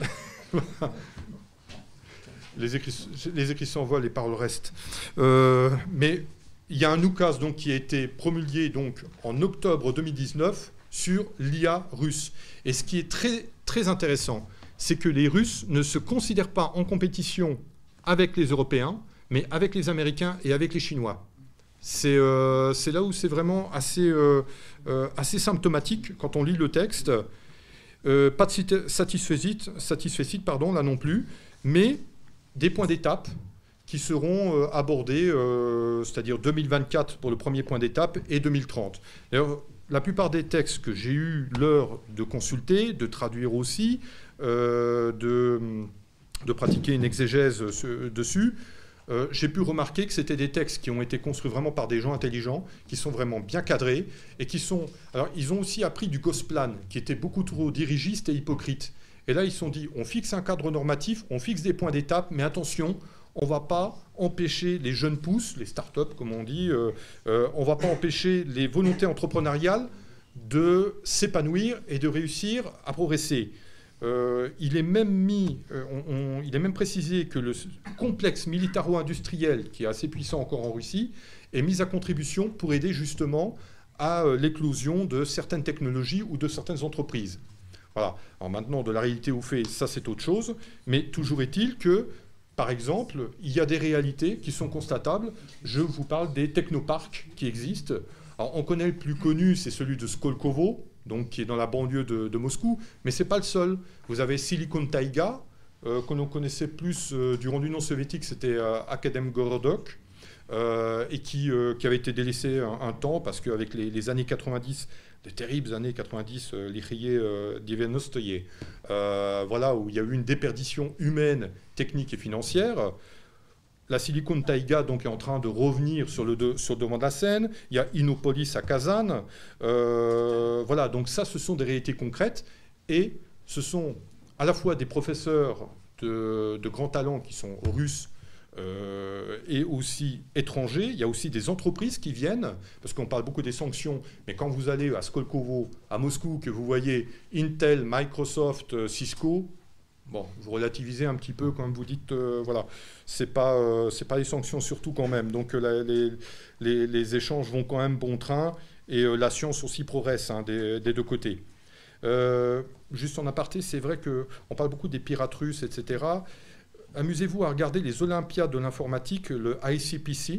les, écrits, les écrits s'envolent et parlent le reste. Euh, mais il y a un oukaz donc, qui a été promulgué donc, en octobre deux mille dix-neuf sur l'I A russe. Et ce qui est très, très intéressant, c'est que les Russes ne se considèrent pas en compétition avec les Européens, mais avec les Américains et avec les Chinois. C'est euh, c'est là où c'est vraiment assez, euh, euh, assez symptomatique quand on lit le texte. Euh, pas de satisfecit, satisfecit pardon, là non plus, mais des points d'étape qui seront euh, abordés, euh, c'est-à-dire deux mille vingt-quatre pour le premier point d'étape et deux mille trente. D'ailleurs, la plupart des textes que j'ai eu l'heure de consulter, de traduire aussi, euh, de, de pratiquer une exégèse dessus, euh, j'ai pu remarquer que c'était des textes qui ont été construits vraiment par des gens intelligents, qui sont vraiment bien cadrés, et qui sont... Alors, ils ont aussi appris du Gosplan, qui était beaucoup trop dirigiste et hypocrite. Et là, ils se sont dit, on fixe un cadre normatif, on fixe des points d'étape, mais attention, on ne va pas empêcher les jeunes pousses, les start-up, comme on dit, euh, euh, on ne va pas empêcher les volontés entrepreneuriales de s'épanouir et de réussir à progresser. Euh, il est même mis, euh, on, on, il est même précisé que le complexe militaro-industriel, qui est assez puissant encore en Russie, est mis à contribution pour aider justement à euh, l'éclosion de certaines technologies ou de certaines entreprises. Voilà. Alors maintenant, de la réalité au fait, ça c'est autre chose, mais toujours est-il que, par exemple, il y a des réalités qui sont constatables. Je vous parle des technoparks qui existent. Alors, on connaît le plus connu, c'est celui de Skolkovo, donc, qui est dans la banlieue de, de Moscou, mais ce n'est pas le seul. Vous avez Silicon Taiga, euh, que l'on connaissait plus euh, durant l'Union soviétique, c'était euh, Akademgorodok, euh, et qui, euh, qui avait été délaissé un, un temps, parce qu'avec les, les années quatre-vingt-dix, des terribles années quatre-vingt-dix, euh, l'Ichriye euh, Divenostoye, euh, voilà, où il y a eu une déperdition humaine, technique et financière. La Silicon Taiga donc, est en train de revenir sur le, de, sur le devant de la scène. Il y a Innopolis à Kazan. Euh, voilà, donc ça, ce sont des réalités concrètes. Et ce sont à la fois des professeurs de, de grands talents qui sont russes euh, et aussi étrangers. Il y a aussi des entreprises qui viennent, parce qu'on parle beaucoup des sanctions, mais quand vous allez à Skolkovo, à Moscou, que vous voyez Intel, Microsoft, Cisco... Bon, vous relativisez un petit peu quand vous dites, euh, voilà, c'est pas, euh, c'est pas les sanctions surtout quand même. Donc euh, la, les, les, les échanges vont quand même bon train et euh, la science aussi progresse hein, des, des deux côtés. Euh, juste en aparté, c'est vrai qu'on parle beaucoup des pirates russes, et cetera. Amusez-vous à regarder les Olympiades de l'informatique, le I C P C,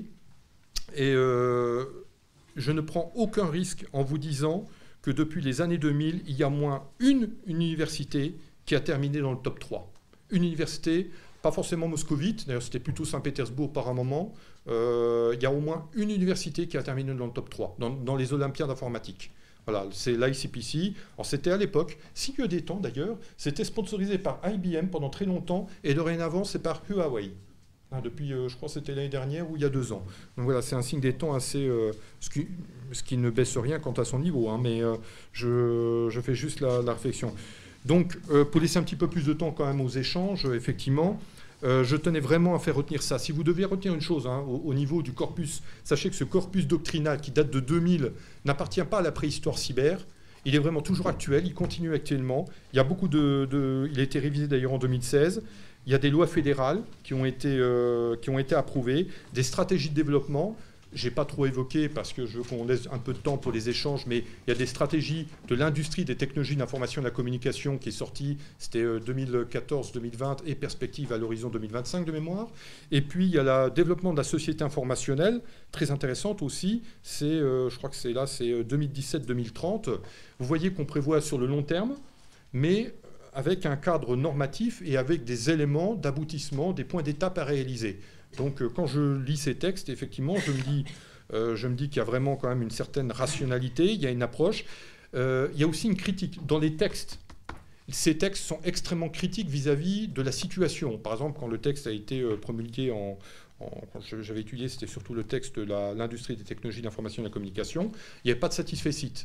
et euh, je ne prends aucun risque en vous disant que depuis les années deux mille, il y a moins une, une université qui a terminé dans le top trois. Une université, pas forcément moscovite, d'ailleurs c'était plutôt Saint-Pétersbourg par un moment, euh, il y a au moins une université qui a terminé dans le top trois, dans, dans les Olympiades informatiques. Voilà, c'est l'I C P C. Alors c'était à l'époque, si que des temps d'ailleurs, c'était sponsorisé par I B M pendant très longtemps, et dorénavant c'est par Huawei. Hein, depuis, euh, je crois que c'était l'année dernière ou il y a deux ans. Donc voilà, c'est un signe des temps assez... Euh, ce, qui, ce qui ne baisse rien quant à son niveau, hein, mais euh, je, je fais juste la, la réflexion. Donc, euh, pour laisser un petit peu plus de temps quand même aux échanges, euh, effectivement, euh, je tenais vraiment à faire retenir ça. Si vous deviez retenir une chose hein, au, au niveau du corpus, sachez que ce corpus doctrinal qui date de deux mille n'appartient pas à la préhistoire cyber. Il est vraiment toujours actuel, il continue actuellement. Il y a beaucoup de, de il a été révisé d'ailleurs en deux mille seize. Il y a des lois fédérales qui ont été, euh, qui ont été approuvées, des stratégies de développement. Je n'ai pas trop évoqué parce que je veux qu'on laisse un peu de temps pour les échanges, mais il y a des stratégies de l'industrie des technologies de l'information et de la communication qui est sortie, c'était deux mille quatorze deux mille vingt et perspective à l'horizon deux mille vingt-cinq de mémoire. Et puis il y a le développement de la société informationnelle, très intéressante aussi, c'est, euh, je crois que c'est là, c'est deux mille dix-sept deux mille trente. Vous voyez qu'on prévoit sur le long terme, mais avec un cadre normatif et avec des éléments d'aboutissement, des points d'étape à réaliser. Donc, euh, quand je lis ces textes, effectivement, je me dis, euh, je me dis qu'il y a vraiment quand même une certaine rationalité, il y a une approche. Euh, il y a aussi une critique. Dans les textes, ces textes sont extrêmement critiques vis-à-vis de la situation. Par exemple, quand le texte a été euh, promulgué en... en quand j'avais étudié, c'était surtout le texte de la, l'industrie des technologies d'information et de la communication, il n'y avait pas de satisfecit.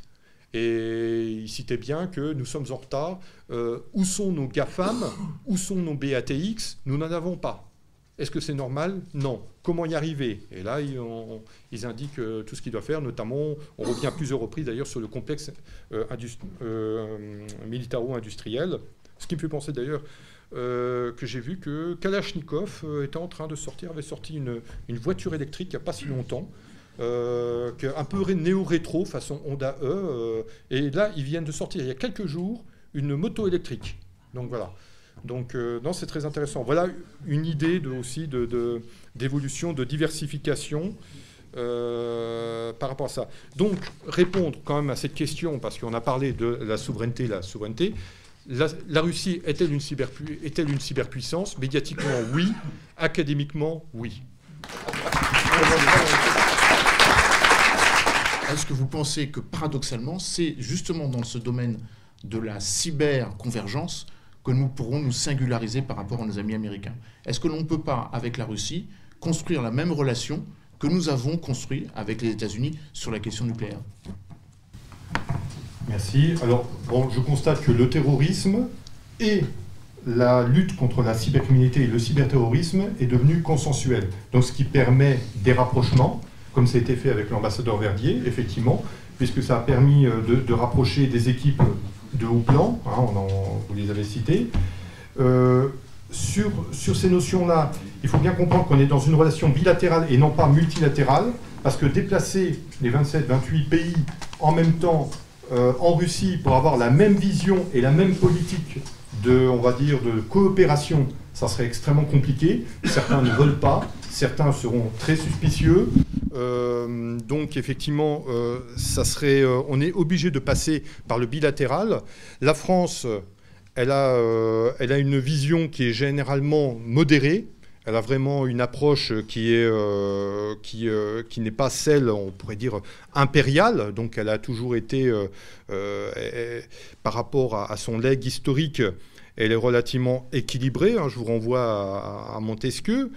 Et il citait bien que nous sommes en retard. Euh, où sont nos GAFAM? Où sont nos B A T X? Nous n'en avons pas. Est-ce que c'est normal? Non. Comment y arriver? Et là, ils, ont, ils indiquent euh, tout ce qu'ils doivent faire, notamment, on revient à plusieurs reprises d'ailleurs sur le complexe euh, euh, militaro-industriel. Ce qui me fait penser d'ailleurs euh, que j'ai vu que Kalachnikov euh, était en train de sortir, avait sorti une, une voiture électrique il n'y a pas si longtemps. Euh, un peu néo-rétro façon Honda E, euh, et là ils viennent de sortir il y a quelques jours une moto électrique. Donc voilà. Donc euh, non, c'est très intéressant. Voilà une idée de, aussi de, de, d'évolution, de diversification euh, par rapport à ça. Donc répondre quand même à cette question, parce qu'on a parlé de la souveraineté, la souveraineté. La, la Russie est-elle une, cyberpu- est-elle une cyberpuissance? Médiatiquement, oui. Académiquement, oui. Est-ce que vous pensez que, paradoxalement, c'est justement dans ce domaine de la cyberconvergence que nous pourrons nous singulariser par rapport à nos amis américains? Est-ce que l'on ne peut pas, avec la Russie, construire la même relation que nous avons construite avec les États-Unis sur la question nucléaire? Merci. Alors, bon, je constate que le terrorisme et la lutte contre la cybercriminalité et le cyberterrorisme est devenu consensuel. Donc, ce qui permet des rapprochements, comme ça a été fait avec l'ambassadeur Verdier, effectivement, puisque ça a permis de, de rapprocher des équipes de haut plan, hein, on en, vous les avez citées. Euh, sur, sur ces notions-là, il faut bien comprendre qu'on est dans une relation bilatérale et non pas multilatérale, parce que déplacer les vingt-sept, vingt-huit pays en même temps euh, en Russie pour avoir la même vision et la même politique de, on va dire, de coopération, ça serait extrêmement compliqué. Certains ne veulent pas, certains seront très suspicieux. Euh, donc effectivement, euh, ça serait, euh, on est obligé de passer par le bilatéral. La France, elle a, euh, elle a une vision qui est généralement modérée. Elle a vraiment une approche qui est, euh, qui, euh, qui n'est pas celle, on pourrait dire, impériale. Donc elle a toujours été, euh, euh, elle, par rapport à, à son legs historique, elle est relativement équilibrée. Hein. Je vous renvoie à, à Montesquieu.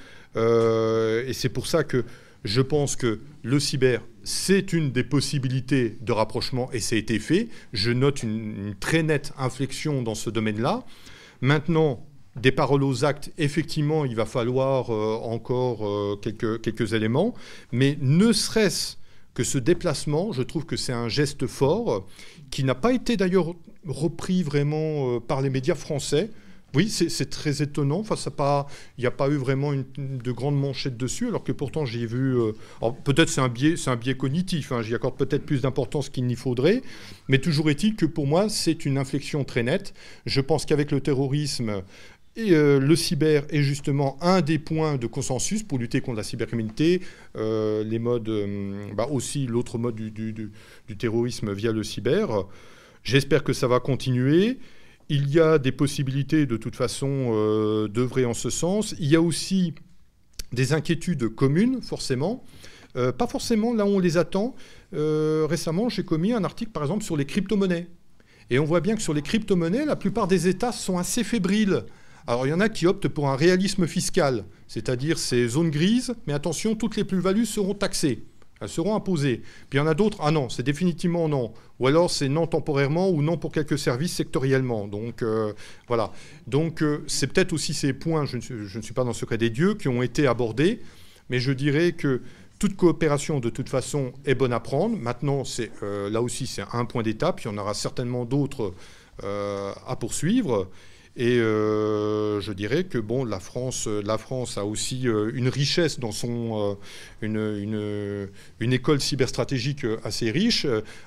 Euh, et c'est pour ça que je pense que le cyber, c'est une des possibilités de rapprochement et ça a été fait. Je note une, une très nette inflexion dans ce domaine-là. Maintenant, des paroles aux actes, effectivement, il va falloir euh, encore euh, quelques, quelques éléments. Mais ne serait-ce que ce déplacement, je trouve que c'est un geste fort qui n'a pas été d'ailleurs repris vraiment euh, par les médias français. Oui, c'est, c'est très étonnant. Enfin, ça pas, il n'y a pas eu vraiment une, une, de grandes manchettes dessus, alors que pourtant j'ai vu. Euh, alors peut-être c'est un biais, c'est un biais cognitif. Hein, j'y accorde peut-être plus d'importance qu'il n'y faudrait, mais toujours est-il que pour moi c'est une inflexion très nette. Je pense qu'avec le terrorisme. Et euh, le cyber est justement un des points de consensus pour lutter contre la cybercriminalité. Euh, les modes, euh, bah aussi l'autre mode du, du, du, du terrorisme via le cyber. J'espère que ça va continuer. Il y a des possibilités de toute façon euh, d'œuvrer en ce sens. Il y a aussi des inquiétudes communes, forcément. Euh, pas forcément là où on les attend. Euh, récemment, j'ai commis un article, par exemple, sur les crypto-monnaies. Et on voit bien que sur les crypto-monnaies, la plupart des États sont assez fébriles. Alors, il y en a qui optent pour un réalisme fiscal, c'est-à-dire ces zones grises, mais attention, toutes les plus-values seront taxées. Elles seront imposées. Puis il y en a d'autres, ah non, c'est définitivement non. Ou alors c'est non temporairement ou non pour quelques services sectoriellement. Donc euh, voilà. Donc euh, c'est peut-être aussi ces points, je ne, suis, je ne suis pas dans le secret des dieux, qui ont été abordés. Mais je dirais que toute coopération, de toute façon, est bonne à prendre. Maintenant, c'est, euh, là aussi, c'est un point d'étape. Il y en aura certainement d'autres euh, à poursuivre. Et euh, je dirais que bon, la France, la France a aussi euh, une richesse dans son euh, une, une, une école cyberstratégique assez riche.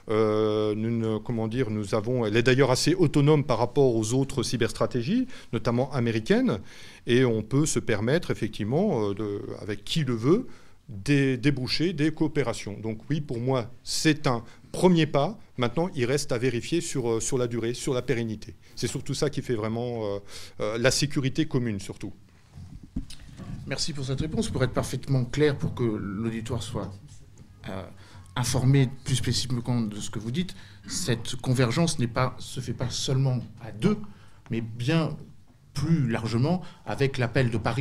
Euh, nous, comment dire, nous avons, elle est d'ailleurs assez autonome par rapport aux autres cyberstratégies, notamment américaines, et on peut se permettre effectivement, euh, de, avec qui le veut, des déboucher des coopérations. Donc oui, pour moi, c'est un premier pas. Maintenant, il reste à vérifier sur, sur la durée, sur la pérennité. C'est surtout ça qui fait vraiment euh, euh, la sécurité commune, surtout. Merci pour cette réponse. Pour être parfaitement clair, pour que l'auditoire soit euh, informé plus spécifiquement de ce que vous dites, cette convergence n'est pas, se fait pas seulement à deux, mais bien plus largement avec l'appel de Paris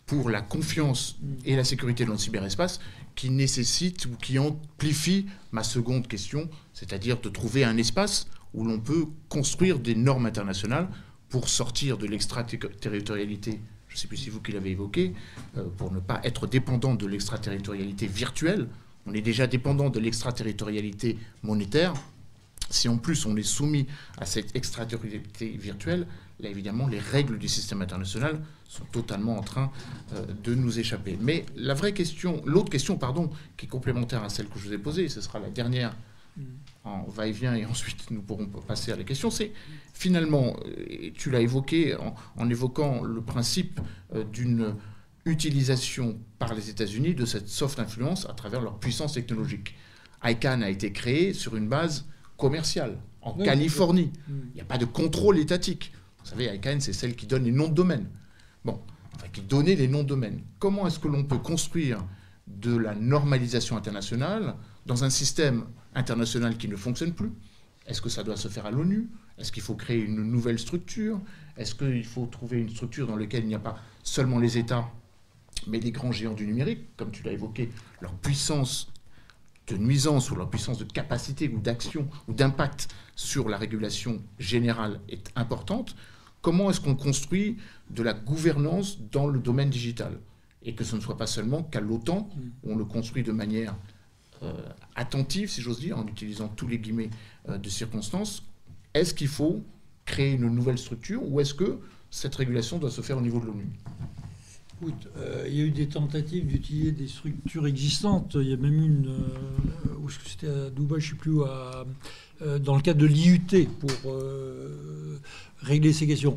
pour la confiance et la sécurité dans le cyberespace qui nécessite ou qui amplifie ma seconde question, c'est-à-dire de trouver un espace où l'on peut construire des normes internationales pour sortir de l'extraterritorialité. Je ne sais plus si c'est vous qui l'avez évoqué, euh, pour ne pas être dépendant de l'extraterritorialité virtuelle. On est déjà dépendant de l'extraterritorialité monétaire. Si en plus on est soumis à cette extraterritorialité virtuelle, là évidemment les règles du système international sont totalement en train euh, de nous échapper. Mais la vraie question, l'autre question, pardon, qui est complémentaire à celle que je vous ai posée, ce sera la dernière en va-et-vient et ensuite nous pourrons passer à la question, c'est finalement, et tu l'as évoqué en, en évoquant le principe euh, d'une utilisation par les États-Unis de cette soft influence à travers leur puissance technologique. ICANN a été créé sur une base commerciale en oui, Californie. Oui. Il n'y a pas de contrôle étatique. Vous savez, ICANN, c'est celle qui donne les noms de domaine. Bon, enfin, qui donnait les noms de domaine. Comment est-ce que l'on peut construire de la normalisation internationale dans un système international qui ne fonctionne plus? Est-ce que ça doit se faire à l'ONU? Est-ce qu'il faut créer une nouvelle structure? Est-ce qu'il faut trouver une structure dans laquelle il n'y a pas seulement les États, mais les grands géants du numérique, comme tu l'as évoqué, leur puissance de nuisance ou leur puissance de capacité ou d'action ou d'impact sur la régulation générale est importante? Comment est-ce qu'on construit de la gouvernance dans le domaine digital? Et que ce ne soit pas seulement qu'à l'OTAN, où on le construit de manière euh, attentive, si j'ose dire, en utilisant tous les guillemets euh, de circonstances. Est-ce qu'il faut créer une nouvelle structure ou est-ce que cette régulation doit se faire au niveau de l'ONU? Écoute, euh, il y a eu des tentatives d'utiliser des structures existantes. Il y a même une, euh, où est-ce que c'était à Dubaï, je ne sais plus, où, à, euh, dans le cadre de l'I U T pour euh, régler ces questions.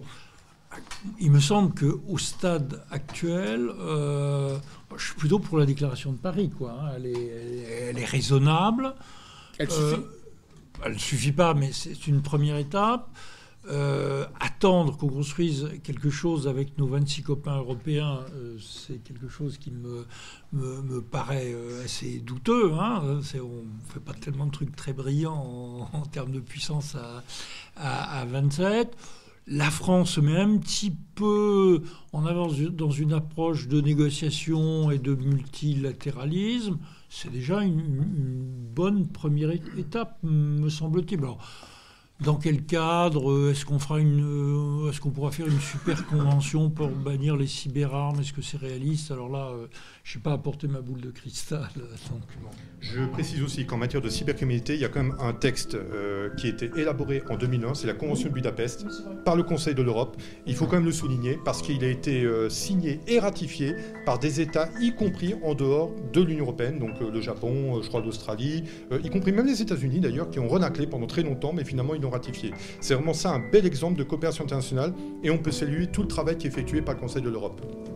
Il me semble qu'au stade actuel, euh, je suis plutôt pour la déclaration de Paris, quoi. Hein. Elle, est, elle, est, elle est raisonnable. Elle suffit euh, Elle ne suffit pas, mais c'est une première étape. Euh, attendre qu'on construise quelque chose avec nos vingt-six copains européens, euh, c'est quelque chose qui me, me, me paraît euh, assez douteux. Hein. On ne fait pas tellement de trucs très brillants en, en termes de puissance à, à, à vingt-sept. La France se met un petit peu en avance dans une approche de négociation et de multilatéralisme. C'est déjà une, une bonne première étape, me semble-t-il. Alors, dans quel cadre? Est-ce qu'on fera une, est-ce qu'on pourra faire une super convention pour bannir les cyberarmes? Est-ce que c'est réaliste? Alors là, euh, je ne sais pas apporter ma boule de cristal. Donc, bon. Je précise aussi qu'en matière de cybercriminalité, il y a quand même un texte euh, qui a été élaboré en deux mille un, c'est la Convention de Budapest, par le Conseil de l'Europe. Il faut quand même le souligner parce qu'il a été euh, signé et ratifié par des États, y compris en dehors de l'Union européenne, donc euh, le Japon, euh, je crois l'Australie, euh, y compris même les États-Unis d'ailleurs, qui ont renaclé pendant très longtemps, mais finalement ils l'ont ratifié. C'est vraiment ça un bel exemple de coopération internationale et on peut saluer tout le travail qui est effectué par le Conseil de l'Europe.